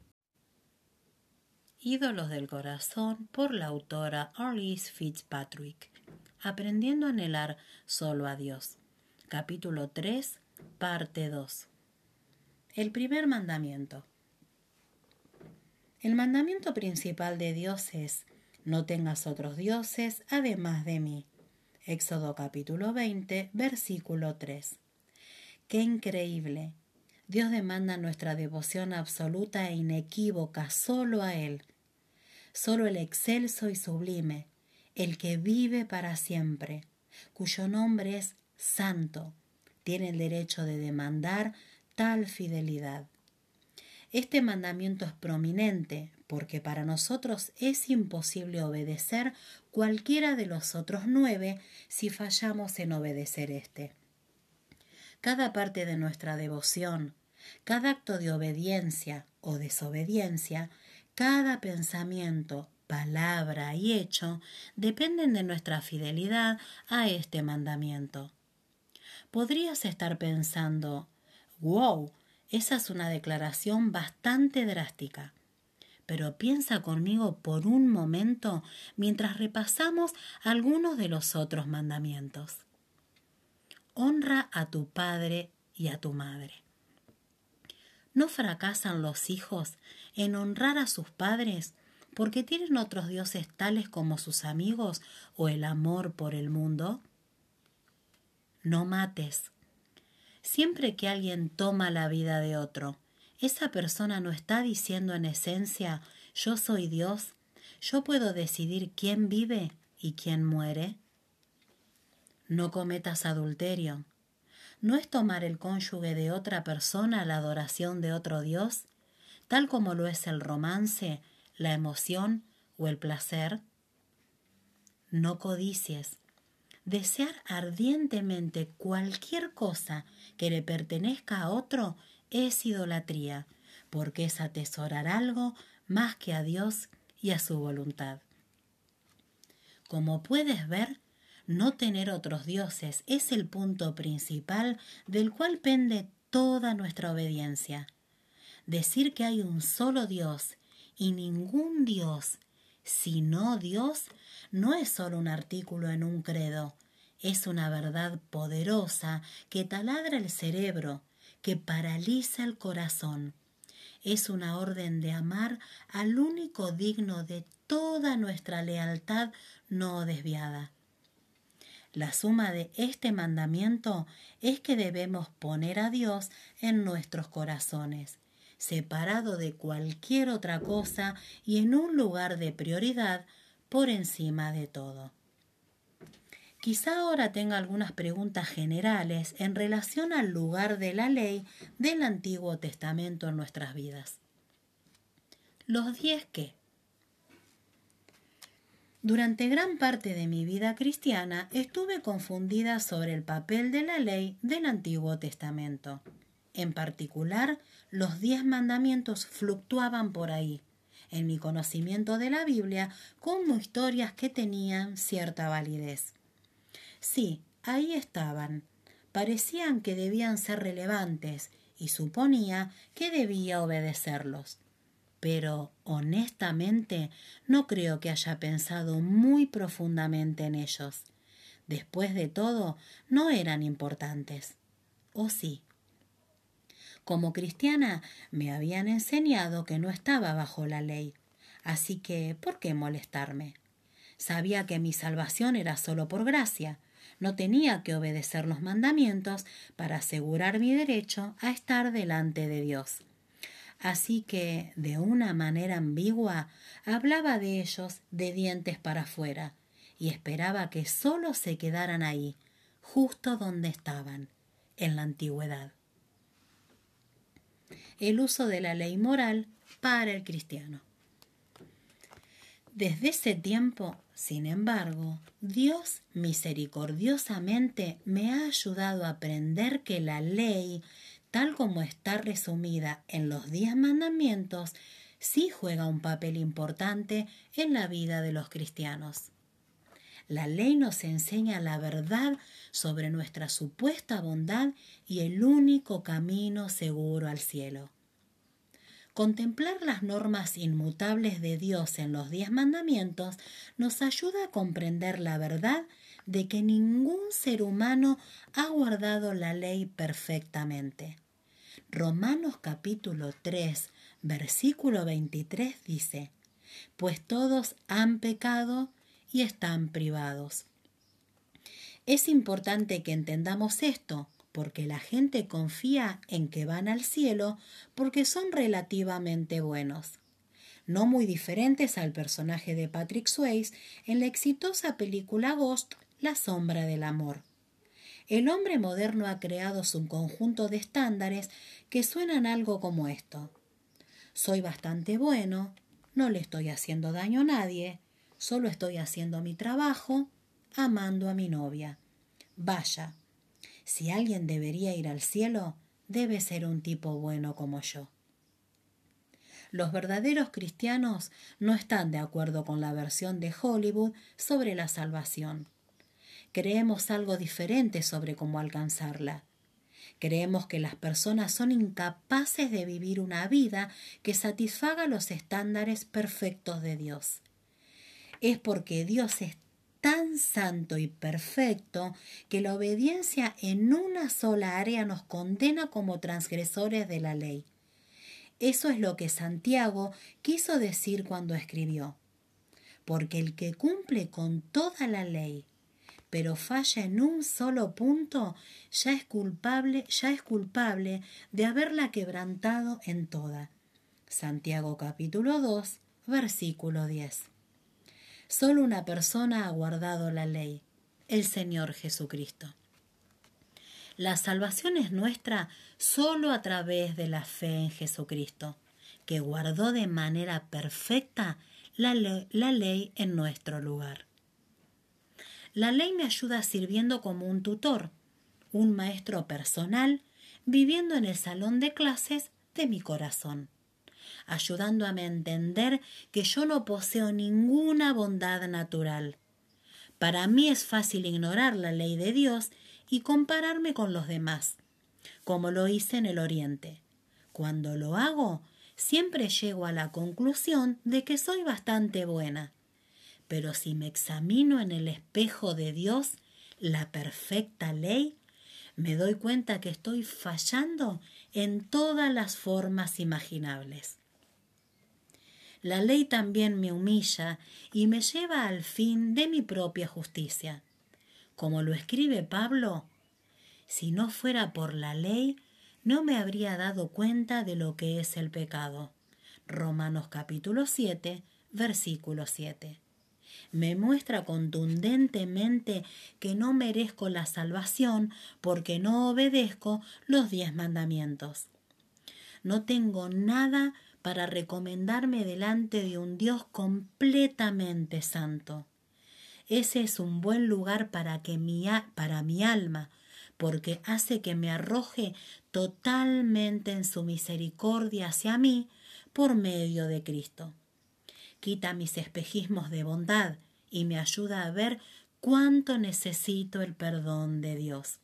Ídolos del corazón, por la autora Alice Fitzpatrick. Aprendiendo a anhelar solo a Dios. Capítulo 3, parte 2. El primer mandamiento. El mandamiento principal de Dios es: no tengas otros dioses además de mí. Éxodo capítulo 20, versículo 3. ¡Qué increíble! Dios demanda nuestra devoción absoluta e inequívoca solo a Él. Solo el excelso y sublime, el que vive para siempre, cuyo nombre es Santo, tiene el derecho de demandar tal fidelidad. Este mandamiento es prominente porque para nosotros es imposible obedecer cualquiera de los otros 9 si fallamos en obedecer este. Cada parte de nuestra devoción, cada acto de obediencia o desobediencia, cada pensamiento, palabra y hecho dependen de nuestra fidelidad a este mandamiento. Podrías estar pensando: ¡wow! Esa es una declaración bastante drástica. Pero piensa conmigo por un momento mientras repasamos algunos de los otros mandamientos. Honra a tu padre y a tu madre. ¿No fracasan los hijos en honrar a sus padres porque tienen otros dioses tales como sus amigos o el amor por el mundo? No mates. Siempre que alguien toma la vida de otro, esa persona no está diciendo en esencia: yo soy Dios, yo puedo decidir quién vive y quién muere. No cometas adulterio. ¿No es tomar el cónyuge de otra persona la adoración de otro Dios, tal como lo es el romance, la emoción o el placer? No codicies. Desear ardientemente cualquier cosa que le pertenezca a otro es idolatría, porque es atesorar algo más que a Dios y a su voluntad. Como puedes ver, no tener otros dioses es el punto principal del cual pende toda nuestra obediencia. Decir que hay un solo Dios y ningún Dios sino Dios no es solo un artículo en un credo, es una verdad poderosa que taladra el cerebro, que paraliza el corazón. Es una orden de amar al único digno de toda nuestra lealtad no desviada. La suma de este mandamiento es que debemos poner a Dios en nuestros corazones, separado de cualquier otra cosa y en un lugar de prioridad por encima de todo. Quizá ahora tenga algunas preguntas generales en relación al lugar de la ley del Antiguo Testamento en nuestras vidas. ¿Los 10 qué? Durante gran parte de mi vida cristiana estuve confundida sobre el papel de la ley del Antiguo Testamento. En particular, los 10 mandamientos fluctuaban por ahí, en mi conocimiento de la Biblia, como historias que tenían cierta validez. Sí, ahí estaban. Parecían que debían ser relevantes y suponía que debía obedecerlos. Pero, honestamente, no creo que haya pensado muy profundamente en ellos. Después de todo, no eran importantes. ¿O sí? Como cristiana, me habían enseñado que no estaba bajo la ley. Así que, ¿por qué molestarme? Sabía que mi salvación era solo por gracia. No tenía que obedecer los mandamientos para asegurar mi derecho a estar delante de Dios. Así que, de una manera ambigua, hablaba de ellos de dientes para afuera y esperaba que solo se quedaran ahí, justo donde estaban, en la antigüedad. El uso de la ley moral para el cristiano. Desde ese tiempo, sin embargo, Dios misericordiosamente me ha ayudado a aprender que la ley, tal como está resumida en los 10 mandamientos, sí juega un papel importante en la vida de los cristianos. La ley nos enseña la verdad sobre nuestra supuesta bondad y el único camino seguro al cielo. Contemplar las normas inmutables de Dios en los 10 mandamientos nos ayuda a comprender la verdad de que ningún ser humano ha guardado la ley perfectamente. Romanos capítulo 3, versículo 23 dice: «Pues todos han pecado y están privados». Es importante que entendamos esto, porque la gente confía en que van al cielo porque son relativamente buenos. No muy diferentes al personaje de Patrick Swayze en la exitosa película Ghost, La sombra del amor. El hombre moderno ha creado su conjunto de estándares que suenan algo como esto: soy bastante bueno, no le estoy haciendo daño a nadie, solo estoy haciendo mi trabajo, amando a mi novia. Vaya, si alguien debería ir al cielo, debe ser un tipo bueno como yo. Los verdaderos cristianos no están de acuerdo con la versión de Hollywood sobre la salvación. Creemos algo diferente sobre cómo alcanzarla. Creemos que las personas son incapaces de vivir una vida que satisfaga los estándares perfectos de Dios. Es porque Dios es tan santo y perfecto que la obediencia en una sola área nos condena como transgresores de la ley. Eso es lo que Santiago quiso decir cuando escribió: porque el que cumple con toda la ley, pero falla en un solo punto, ya es culpable de haberla quebrantado en toda. Santiago capítulo 2, versículo 10. Solo una persona ha guardado la ley, el Señor Jesucristo. La salvación es nuestra solo a través de la fe en Jesucristo, que guardó de manera perfecta la ley en nuestro lugar. La ley me ayuda sirviendo como un tutor, un maestro personal, viviendo en el salón de clases de mi corazón, ayudándome a entender que yo no poseo ninguna bondad natural. Para mí es fácil ignorar la ley de Dios y compararme con los demás, como lo hice en el Oriente. Cuando lo hago, siempre llego a la conclusión de que soy bastante buena. Pero si me examino en el espejo de Dios, la perfecta ley, me doy cuenta que estoy fallando en todas las formas imaginables. La ley también me humilla y me lleva al fin de mi propia justicia. Como lo escribe Pablo: si no fuera por la ley, no me habría dado cuenta de lo que es el pecado. Romanos capítulo 7, versículo 7. Me muestra contundentemente que no merezco la salvación porque no obedezco los 10 mandamientos. No tengo nada para recomendarme delante de un Dios completamente santo. Ese es un buen lugar para mi alma, porque hace que me arroje totalmente en su misericordia hacia mí por medio de Cristo. Quita mis espejismos de bondad y me ayuda a ver cuánto necesito el perdón de Dios.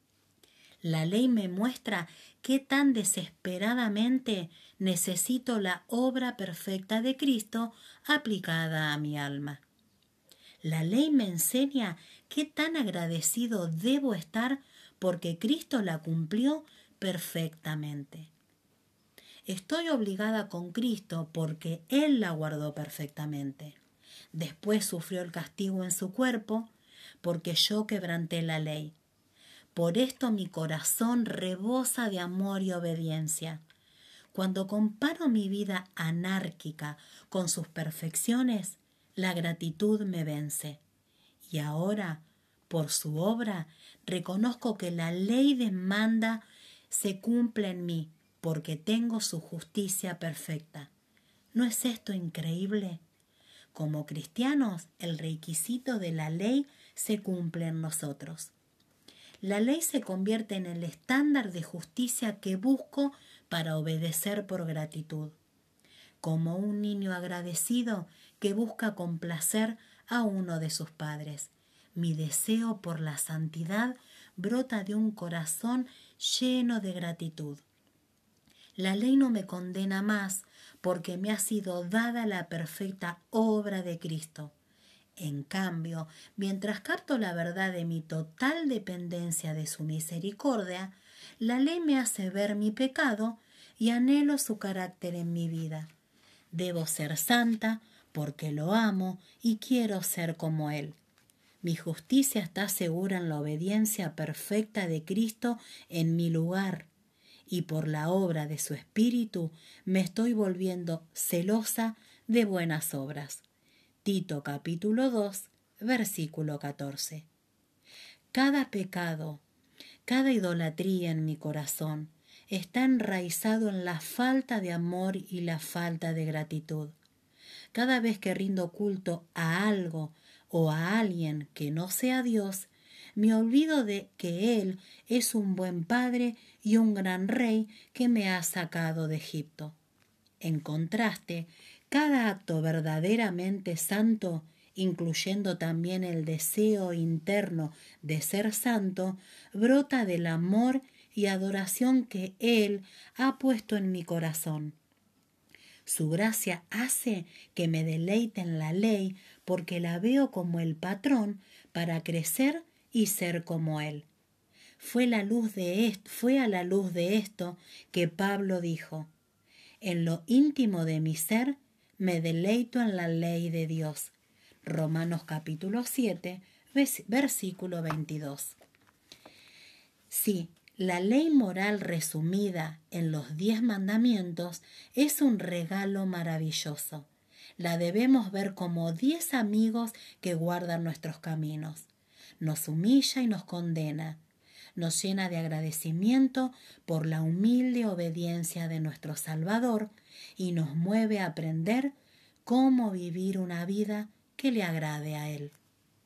La ley me muestra qué tan desesperadamente necesito la obra perfecta de Cristo aplicada a mi alma. La ley me enseña qué tan agradecido debo estar porque Cristo la cumplió perfectamente. Estoy obligada con Cristo porque Él la guardó perfectamente. Después sufrió el castigo en su cuerpo porque yo quebranté la ley. Por esto mi corazón rebosa de amor y obediencia. Cuando comparo mi vida anárquica con sus perfecciones, la gratitud me vence. Y ahora, por su obra, reconozco que la ley demanda se cumple en mí, porque tengo su justicia perfecta. ¿No es esto increíble? Como cristianos, el requisito de la ley se cumple en nosotros. La ley se convierte en el estándar de justicia que busco para obedecer por gratitud, como un niño agradecido que busca complacer a uno de sus padres. Mi deseo por la santidad brota de un corazón lleno de gratitud. La ley no me condena más porque me ha sido dada la perfecta obra de Cristo. En cambio, mientras capto la verdad de mi total dependencia de su misericordia, la ley me hace ver mi pecado y anhelo su carácter en mi vida. Debo ser santa porque lo amo y quiero ser como Él. Mi justicia está segura en la obediencia perfecta de Cristo en mi lugar, y por la obra de su Espíritu me estoy volviendo celosa de buenas obras. Tito capítulo 2, versículo 14. Cada pecado, cada idolatría en mi corazón está enraizado en la falta de amor y la falta de gratitud. Cada vez que rindo culto a algo o a alguien que no sea Dios, me olvido de que Él es un buen Padre y un gran Rey que me ha sacado de Egipto. En contraste, cada acto verdaderamente santo, incluyendo también el deseo interno de ser santo, brota del amor y adoración que Él ha puesto en mi corazón. Su gracia hace que me deleite en la ley porque la veo como el patrón para crecer y ser como Él. Fue a la luz de esto que Pablo dijo: en lo íntimo de mi ser me deleito en la ley de Dios. Romanos capítulo 7, versículo 22. Sí, la ley moral resumida en los 10 mandamientos es un regalo maravilloso. La debemos ver como 10 amigos que guardan nuestros caminos. Nos humilla y nos condena. Nos llena de agradecimiento por la humilde obediencia de nuestro Salvador y nos mueve a aprender cómo vivir una vida que le agrade a Él.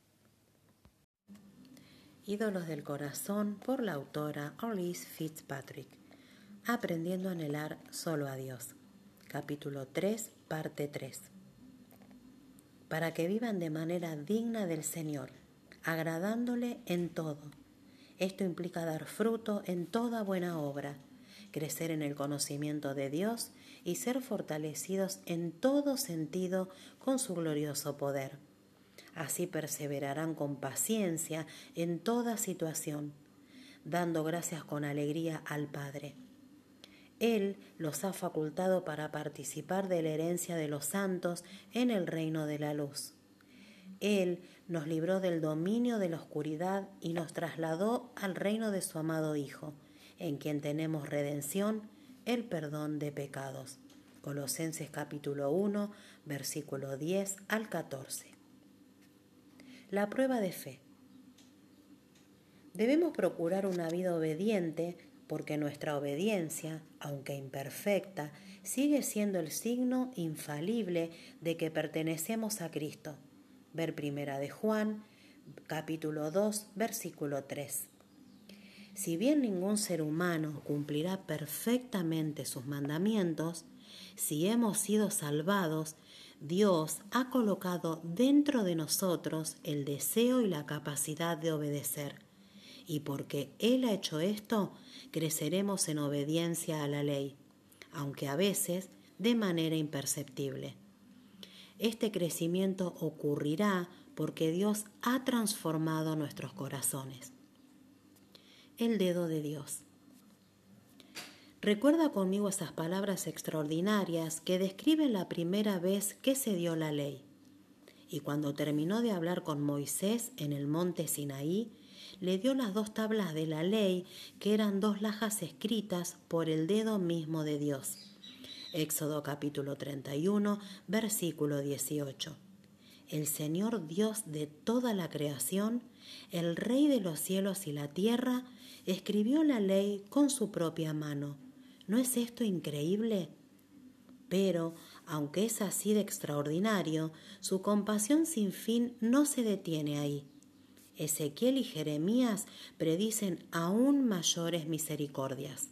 Ídolos del corazón, por la autora Alice Fitzpatrick. Aprendiendo a anhelar solo a Dios. Capítulo 3, parte 3. Para que vivan de manera digna del Señor, agradándole en todo. Esto implica dar fruto en toda buena obra, crecer en el conocimiento de Dios y ser fortalecidos en todo sentido con su glorioso poder. Así perseverarán con paciencia en toda situación, dando gracias con alegría al Padre. Él los ha facultado para participar de la herencia de los santos en el reino de la luz. Él nos libró del dominio de la oscuridad y nos trasladó al reino de su amado Hijo, en quien tenemos redención, el perdón de pecados. Colosenses capítulo 1, versículo 10 al 14. La prueba de fe. Debemos procurar una vida obediente porque nuestra obediencia, aunque imperfecta, sigue siendo el signo infalible de que pertenecemos a Cristo. Ver Primera de Juan, capítulo 2, versículo 3. Si bien ningún ser humano cumplirá perfectamente sus mandamientos, si hemos sido salvados, Dios ha colocado dentro de nosotros el deseo y la capacidad de obedecer. Y porque Él ha hecho esto, creceremos en obediencia a la ley, aunque a veces de manera imperceptible. Este crecimiento ocurrirá porque Dios ha transformado nuestros corazones. El dedo de Dios. Recuerda conmigo esas palabras extraordinarias que describen la primera vez que se dio la ley. Y cuando terminó de hablar con Moisés en el monte Sinaí, le dio las 2 tablas de la ley, que eran 2 lajas escritas por el dedo mismo de Dios. Éxodo capítulo 31, versículo 18. El Señor Dios de toda la creación, el Rey de los cielos y la tierra, escribió la ley con su propia mano. ¿No es esto increíble? Pero, aunque es así de extraordinario, su compasión sin fin no se detiene ahí. Ezequiel y Jeremías predicen aún mayores misericordias.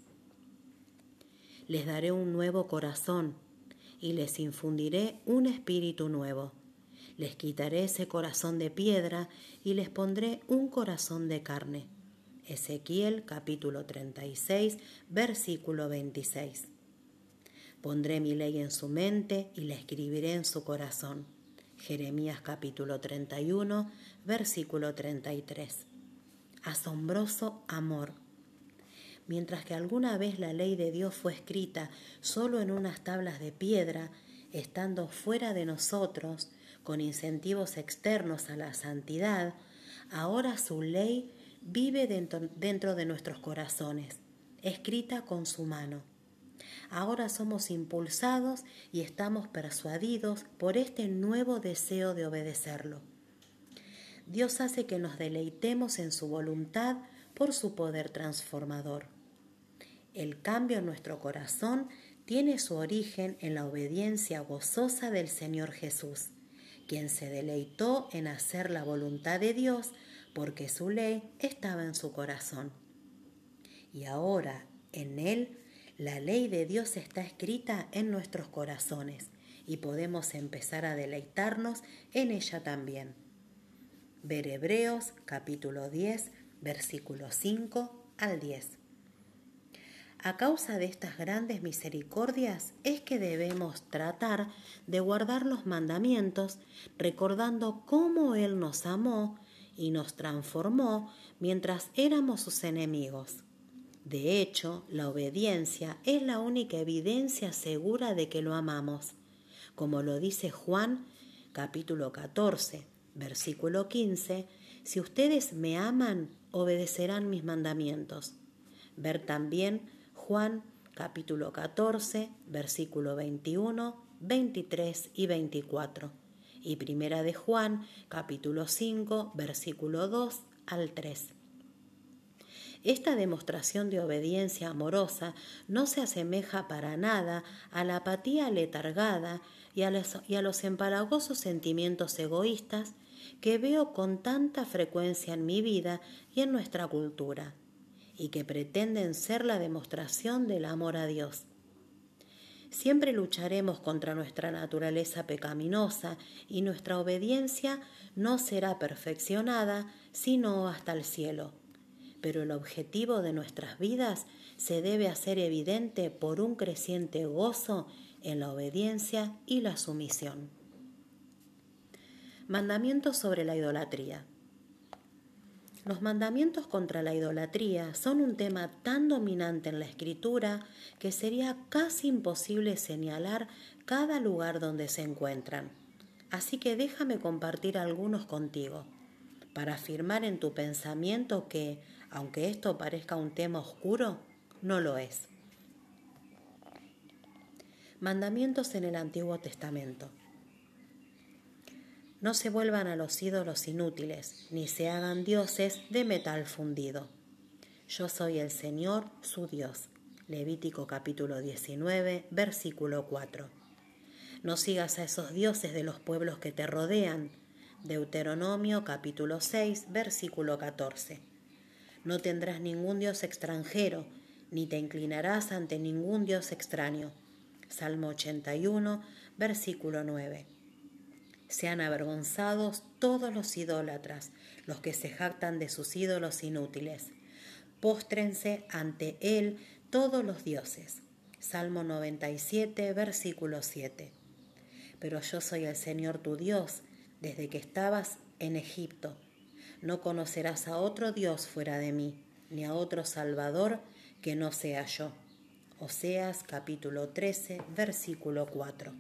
Les daré un nuevo corazón y les infundiré un espíritu nuevo. Les quitaré ese corazón de piedra y les pondré un corazón de carne. Ezequiel capítulo 36, versículo 26. Pondré mi ley en su mente y la escribiré en su corazón. Jeremías capítulo 31, versículo 33. Asombroso amor. Mientras que alguna vez la ley de Dios fue escrita solo en unas tablas de piedra, estando fuera de nosotros, con incentivos externos a la santidad, ahora su ley vive dentro de nuestros corazones, escrita con su mano. Ahora somos impulsados y estamos persuadidos por este nuevo deseo de obedecerlo. Dios hace que nos deleitemos en su voluntad por su poder transformador. El cambio en nuestro corazón tiene su origen en la obediencia gozosa del Señor Jesús, quien se deleitó en hacer la voluntad de Dios porque su ley estaba en su corazón. Y ahora, en Él, la ley de Dios está escrita en nuestros corazones y podemos empezar a deleitarnos en ella también. Ver Hebreos capítulo 10, versículos 5 al 10. A causa de estas grandes misericordias es que debemos tratar de guardar los mandamientos, recordando cómo Él nos amó y nos transformó mientras éramos sus enemigos. De hecho, la obediencia es la única evidencia segura de que lo amamos, como lo dice Juan capítulo 14, versículo 15, si ustedes me aman, obedecerán mis mandamientos. Ver también Juan capítulo 14, versículo 21, 23 y 24. Y Primera de Juan capítulo 5, versículo 2 al 3. Esta demostración de obediencia amorosa no se asemeja para nada a la apatía letargada y a los empalagosos sentimientos egoístas que veo con tanta frecuencia en mi vida y en nuestra cultura, y que pretenden ser la demostración del amor a Dios. Siempre lucharemos contra nuestra naturaleza pecaminosa y nuestra obediencia no será perfeccionada sino hasta el cielo. Pero el objetivo de nuestras vidas se debe hacer evidente por un creciente gozo en la obediencia y la sumisión. Mandamientos sobre la idolatría. Los mandamientos contra la idolatría son un tema tan dominante en la Escritura que sería casi imposible señalar cada lugar donde se encuentran. Así que déjame compartir algunos contigo, para afirmar en tu pensamiento que, aunque esto parezca un tema oscuro, no lo es. Mandamientos en el Antiguo Testamento. No se vuelvan a los ídolos inútiles, ni se hagan dioses de metal fundido. Yo soy el Señor, su Dios. Levítico capítulo 19, versículo 4. No sigas a esos dioses de los pueblos que te rodean. Deuteronomio capítulo 6, versículo 14. No tendrás ningún dios extranjero, ni te inclinarás ante ningún dios extraño. Salmo 81, versículo 9. Sean avergonzados todos los idólatras, los que se jactan de sus ídolos inútiles. Póstrense ante él todos los dioses. Salmo 97, versículo 7. Pero yo soy el Señor tu Dios, desde que estabas en Egipto. No conocerás a otro Dios fuera de mí, ni a otro Salvador que no sea yo. Oseas capítulo 13, versículo 4.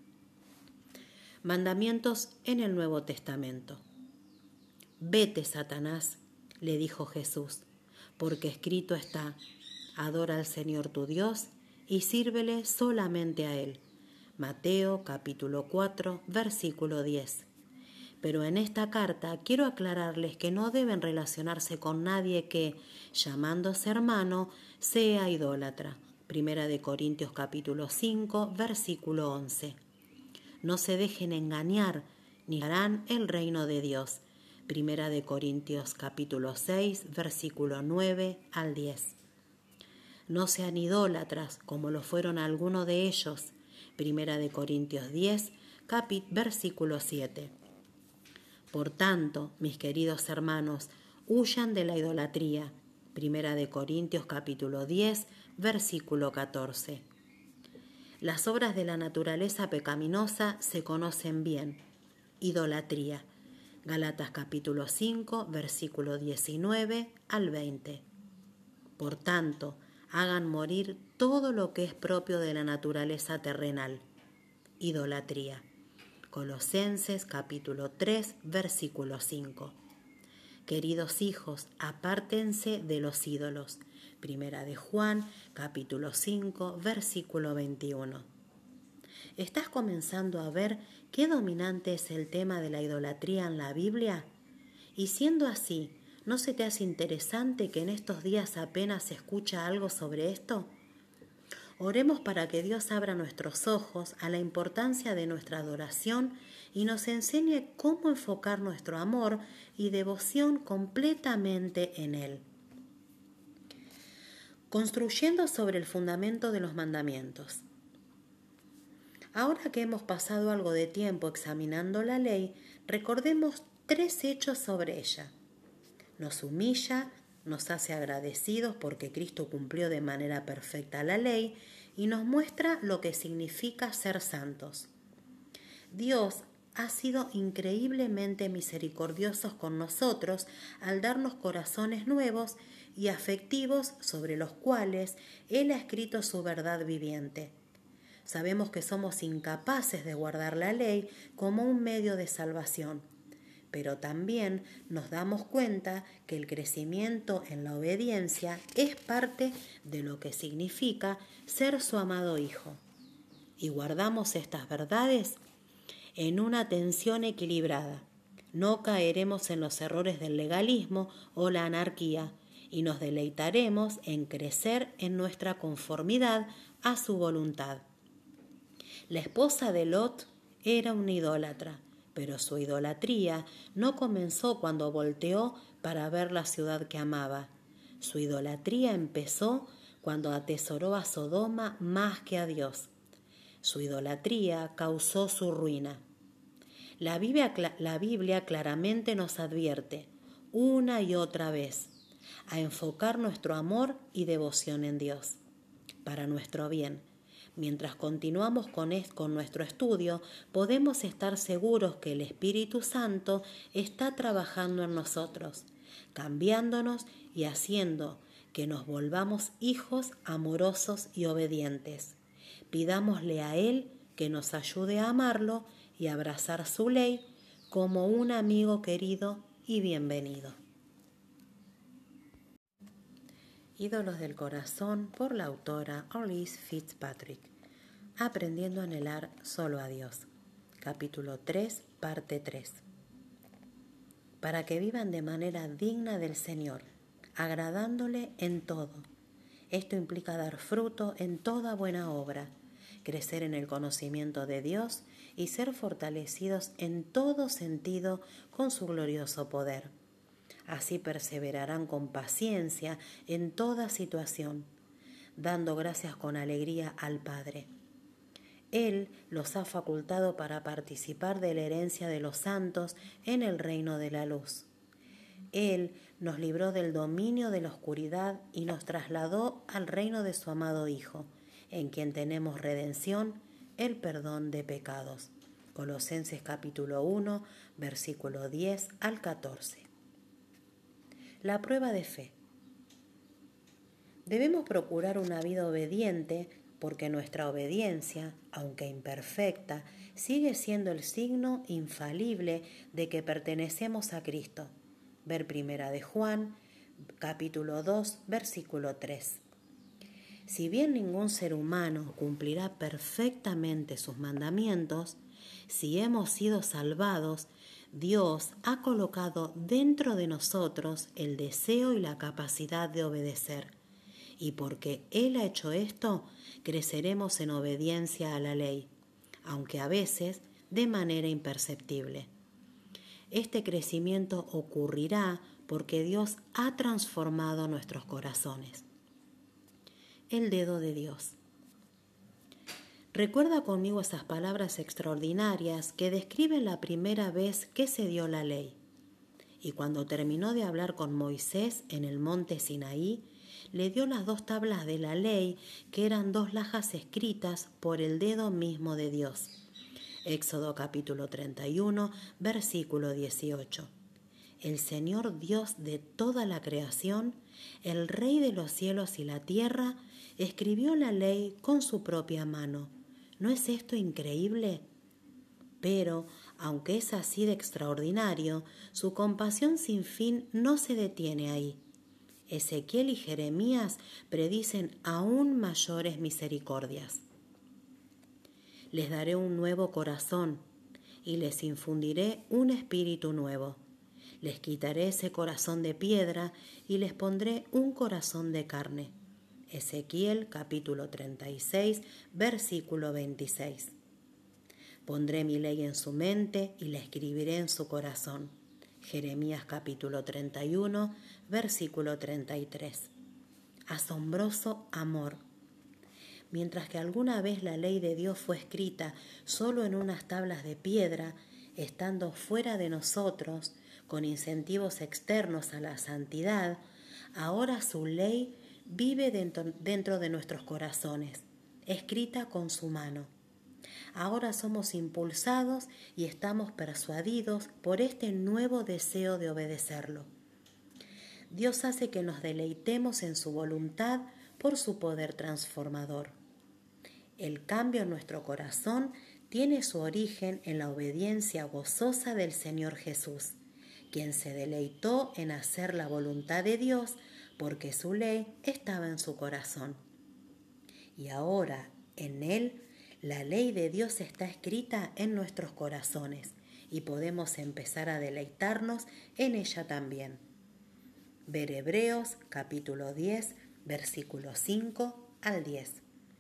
Mandamientos en el Nuevo Testamento. Vete, Satanás, le dijo Jesús, porque escrito está, adora al Señor tu Dios y sírvele solamente a Él. Mateo capítulo 4, versículo 10. Pero en esta carta quiero aclararles que no deben relacionarse con nadie que, llamándose hermano, sea idólatra. Primera de Corintios capítulo 5, versículo 11. No se dejen engañar, ni harán el reino de Dios. Primera de Corintios capítulo 6, versículo 9 al 10. No sean idólatras, como lo fueron algunos de ellos. Primera de Corintios 10, versículo 7. Por tanto, mis queridos hermanos, huyan de la idolatría. Primera de Corintios capítulo 10, versículo 14. Las obras de la naturaleza pecaminosa se conocen bien. Idolatría. Gálatas capítulo 5, versículo 19 al 20. Por tanto, hagan morir todo lo que es propio de la naturaleza terrenal. Idolatría. Colosenses capítulo 3, versículo 5. Queridos hijos, apártense de los ídolos. Primera de Juan, capítulo 5, versículo 21. ¿Estás comenzando a ver qué dominante es el tema de la idolatría en la Biblia? Y siendo así, ¿no se te hace interesante que en estos días apenas se escucha algo sobre esto? Oremos para que Dios abra nuestros ojos a la importancia de nuestra adoración y nos enseñe cómo enfocar nuestro amor y devoción completamente en Él. Construyendo sobre el fundamento de los mandamientos. Ahora que hemos pasado algo de tiempo examinando la ley, recordemos 3 hechos sobre ella. Nos humilla, nos hace agradecidos porque Cristo cumplió de manera perfecta la ley y nos muestra lo que significa ser santos. Dios ha sido increíblemente misericordioso con nosotros al darnos corazones nuevos y afectivos sobre los cuales Él ha escrito su verdad viviente. Sabemos que somos incapaces de guardar la ley como un medio de salvación, pero también nos damos cuenta que el crecimiento en la obediencia es parte de lo que significa ser su amado Hijo. Y guardamos estas verdades en una tensión equilibrada. No caeremos en los errores del legalismo o la anarquía y nos deleitaremos en crecer en nuestra conformidad a su voluntad. La esposa de Lot era una idólatra, pero su idolatría no comenzó cuando volteó para ver la ciudad que amaba. Su idolatría empezó cuando atesoró a Sodoma más que a Dios. Su idolatría causó su ruina. La Biblia claramente nos advierte, una y otra vez, a enfocar nuestro amor y devoción en Dios, para nuestro bien. Mientras continuamos con nuestro estudio, podemos estar seguros que el Espíritu Santo está trabajando en nosotros, cambiándonos y haciendo que nos volvamos hijos amorosos y obedientes. Pidámosle a Él que nos ayude a amarlo y abrazar su ley como un amigo querido y bienvenido. Ídolos del corazón por la autora Alice Fitzpatrick. Aprendiendo a anhelar solo a Dios. Capítulo 3, parte 3. Para que vivan de manera digna del Señor, agradándole en todo. Esto implica dar fruto en toda buena obra, crecer en el conocimiento de Dios y ser fortalecidos en todo sentido con su glorioso poder. Así perseverarán con paciencia en toda situación, dando gracias con alegría al Padre. Él los ha facultado para participar de la herencia de los santos en el reino de la luz. Él nos libró del dominio de la oscuridad y nos trasladó al reino de su amado Hijo, en quien tenemos redención, el perdón de pecados. Colosenses capítulo 1, versículo 10 al 14. La prueba de fe. Debemos procurar una vida obediente porque nuestra obediencia, aunque imperfecta, sigue siendo el signo infalible de que pertenecemos a Cristo. Ver Primera de Juan, capítulo 2, versículo 3. Si bien ningún ser humano cumplirá perfectamente sus mandamientos, si hemos sido salvados, Dios ha colocado dentro de nosotros el deseo y la capacidad de obedecer. Y porque Él ha hecho esto, creceremos en obediencia a la ley, aunque a veces de manera imperceptible. Este crecimiento ocurrirá porque Dios ha transformado nuestros corazones. El dedo de Dios. Recuerda conmigo esas palabras extraordinarias que describen la primera vez que se dio la ley. Y cuando terminó de hablar con Moisés en el monte Sinaí, le dio las 2 tablas de la ley, que eran 2 lajas escritas por el dedo mismo de Dios. Éxodo capítulo 31, versículo 18. El Señor Dios de toda la creación, el Rey de los cielos y la tierra, escribió la ley con su propia mano. ¿No es esto increíble? Pero, aunque es así de extraordinario, su compasión sin fin no se detiene ahí. Ezequiel y Jeremías predicen aún mayores misericordias. Les daré un nuevo corazón y les infundiré un espíritu nuevo. Les quitaré ese corazón de piedra y les pondré un corazón de carne. Ezequiel capítulo 36, versículo 26. Pondré mi ley en su mente y la escribiré en su corazón. Jeremías capítulo 31, versículo 33. Asombroso amor. Mientras que alguna vez la ley de Dios fue escrita solo en unas tablas de piedra, estando fuera de nosotros, con incentivos externos a la santidad, ahora su ley vive dentro de nuestros corazones, escrita con su mano. Ahora somos impulsados y estamos persuadidos por este nuevo deseo de obedecerlo. Dios hace que nos deleitemos en su voluntad por su poder transformador. El cambio en nuestro corazón tiene su origen en la obediencia gozosa del Señor Jesús, quien se deleitó en hacer la voluntad de Dios porque su ley estaba en su corazón. Y ahora, en Él, la ley de Dios está escrita en nuestros corazones y podemos empezar a deleitarnos en ella también. Ver Hebreos capítulo 10, versículos 5 al 10.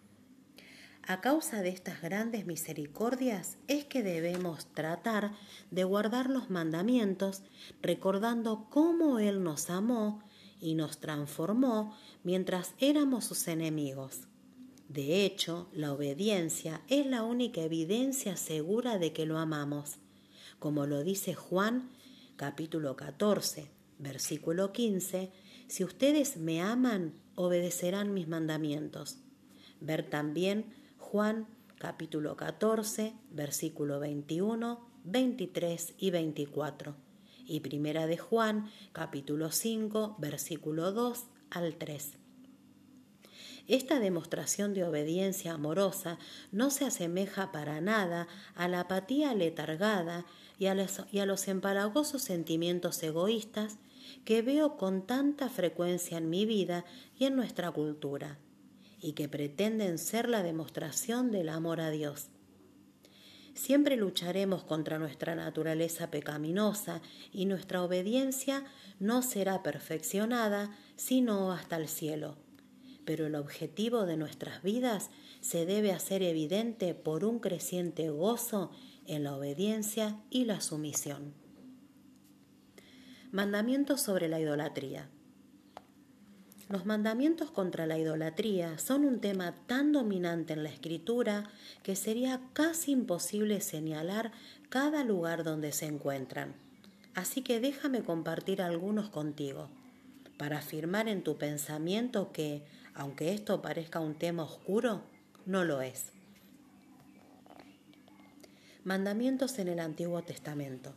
A causa de estas grandes misericordias es que debemos tratar de guardar los mandamientos, recordando cómo Él nos amó y nos transformó mientras éramos sus enemigos. De hecho, la obediencia es la única evidencia segura de que lo amamos, como lo dice Juan capítulo 14, versículo 15, si ustedes me aman, obedecerán mis mandamientos. Ver también Juan capítulo 14, versículo 21, 23 y 24. Y Primera de Juan capítulo 5, versículo 2 al 3. Esta demostración de obediencia amorosa no se asemeja para nada a la apatía letargada y a los empalagosos sentimientos egoístas que veo con tanta frecuencia en mi vida y en nuestra cultura, y que pretenden ser la demostración del amor a Dios. Siempre lucharemos contra nuestra naturaleza pecaminosa y nuestra obediencia no será perfeccionada sino hasta el cielo. Pero el objetivo de nuestras vidas se debe hacer evidente por un creciente gozo en la obediencia y la sumisión. Mandamientos sobre la idolatría. Los mandamientos contra la idolatría son un tema tan dominante en la Escritura que sería casi imposible señalar cada lugar donde se encuentran. Así que déjame compartir algunos contigo, para afirmar en tu pensamiento que, aunque esto parezca un tema oscuro, no lo es. Mandamientos en el Antiguo Testamento.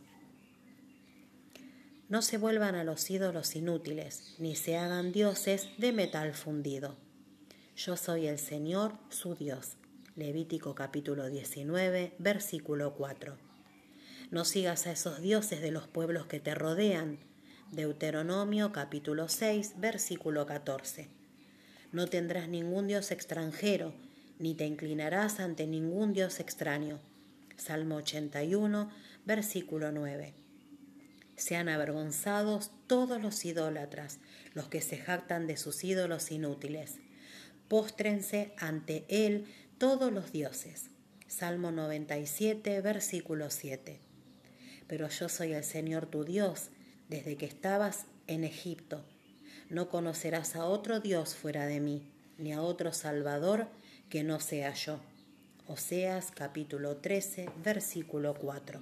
No se vuelvan a los ídolos inútiles, ni se hagan dioses de metal fundido. Yo soy el Señor, su Dios. Levítico capítulo 19, versículo 4. No sigas a esos dioses de los pueblos que te rodean. Deuteronomio capítulo 6, versículo 14. No tendrás ningún dios extranjero, ni te inclinarás ante ningún dios extraño. Salmo 81, versículo 9. Sean avergonzados todos los idólatras, los que se jactan de sus ídolos inútiles. Póstrense ante él todos los dioses. Salmo 97, versículo 7. Pero yo soy el Señor tu Dios, desde que estabas en Egipto. No conocerás a otro Dios fuera de mí, ni a otro Salvador que no sea yo. Oseas capítulo 13, versículo 4.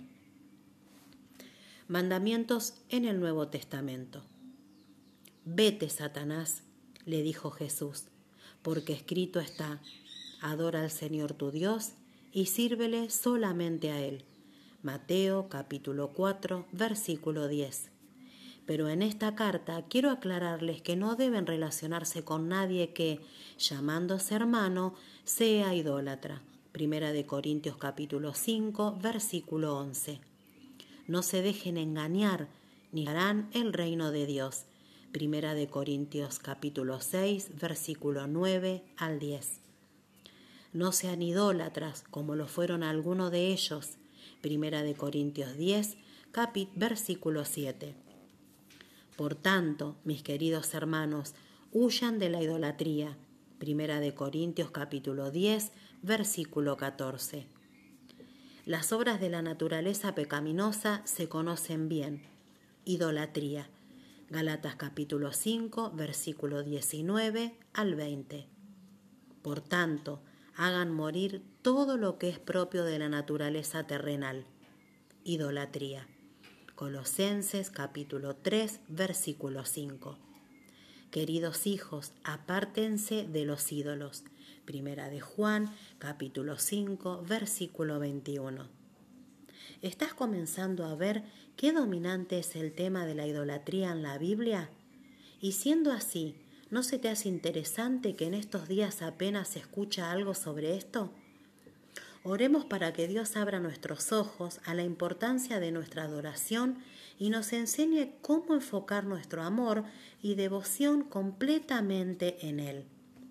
Mandamientos en el Nuevo Testamento. Vete, Satanás, le dijo Jesús, porque escrito está, adora al Señor tu Dios y sírvele solamente a Él. Mateo capítulo 4, versículo 10. Pero en esta carta quiero aclararles que no deben relacionarse con nadie que, llamándose hermano, sea idólatra. Primera de Corintios capítulo 5, versículo 11. No se dejen engañar, ni harán el reino de Dios. Primera de Corintios capítulo 6, versículo 9 al 10. No sean idólatras, como lo fueron algunos de ellos. Primera de Corintios 10, versículo 7. Por tanto, mis queridos hermanos, huyan de la idolatría. Primera de Corintios capítulo 10, versículo 14. Las obras de la naturaleza pecaminosa se conocen bien. Idolatría. Gálatas capítulo 5, versículo 19 al 20. Por tanto, hagan morir todo lo que es propio de la naturaleza terrenal. Idolatría. Colosenses capítulo 3, versículo 5. Queridos hijos, apártense de los ídolos. Primera de Juan, capítulo 5, versículo 21. ¿Estás comenzando a ver qué dominante es el tema de la idolatría en la Biblia? Y siendo así, ¿no se te hace interesante que en estos días apenas se escucha algo sobre esto? Oremos para que Dios abra nuestros ojos a la importancia de nuestra adoración y nos enseñe cómo enfocar nuestro amor y devoción completamente en Él.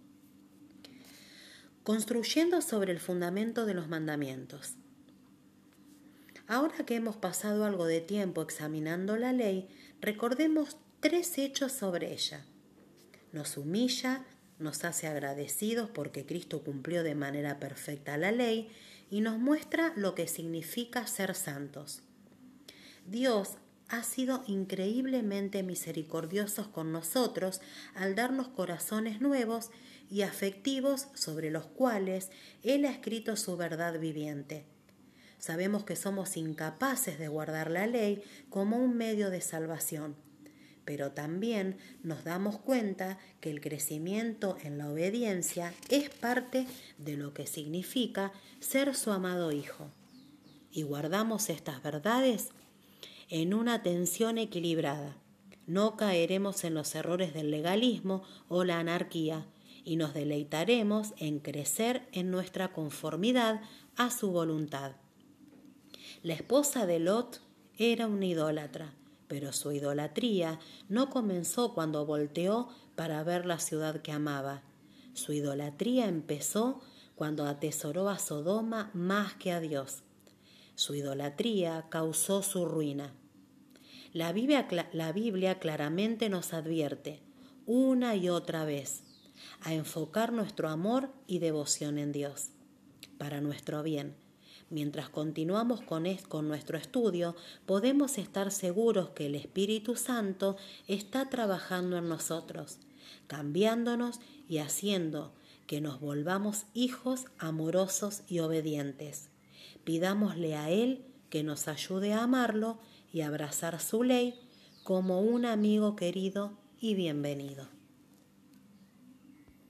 Construyendo sobre el fundamento de los mandamientos. Ahora que hemos pasado algo de tiempo examinando la ley, recordemos 3 hechos sobre ella. Nos humilla, nos hace agradecidos porque Cristo cumplió de manera perfecta la ley y nos muestra lo que significa ser santos. Dios ha sido increíblemente misericordioso con nosotros al darnos corazones nuevos y afectivos sobre los cuales Él ha escrito su verdad viviente. Sabemos que somos incapaces de guardar la ley como un medio de salvación, pero también nos damos cuenta que el crecimiento en la obediencia es parte de lo que significa ser su amado Hijo. Y guardamos estas verdades en una tensión equilibrada. No caeremos en los errores del legalismo o la anarquía y nos deleitaremos en crecer en nuestra conformidad a su voluntad. La esposa de Lot era una idólatra, pero su idolatría no comenzó cuando volteó para ver la ciudad que amaba. Su idolatría empezó cuando atesoró a Sodoma más que a Dios. Su idolatría causó su ruina. La Biblia claramente nos advierte, una y otra vez, a enfocar nuestro amor y devoción en Dios, para nuestro bien, Mientras continuamos con nuestro estudio, podemos estar seguros que el Espíritu Santo está trabajando en nosotros, cambiándonos y haciendo que nos volvamos hijos amorosos y obedientes. Pidámosle a Él que nos ayude a amarlo y abrazar su ley como un amigo querido y bienvenido.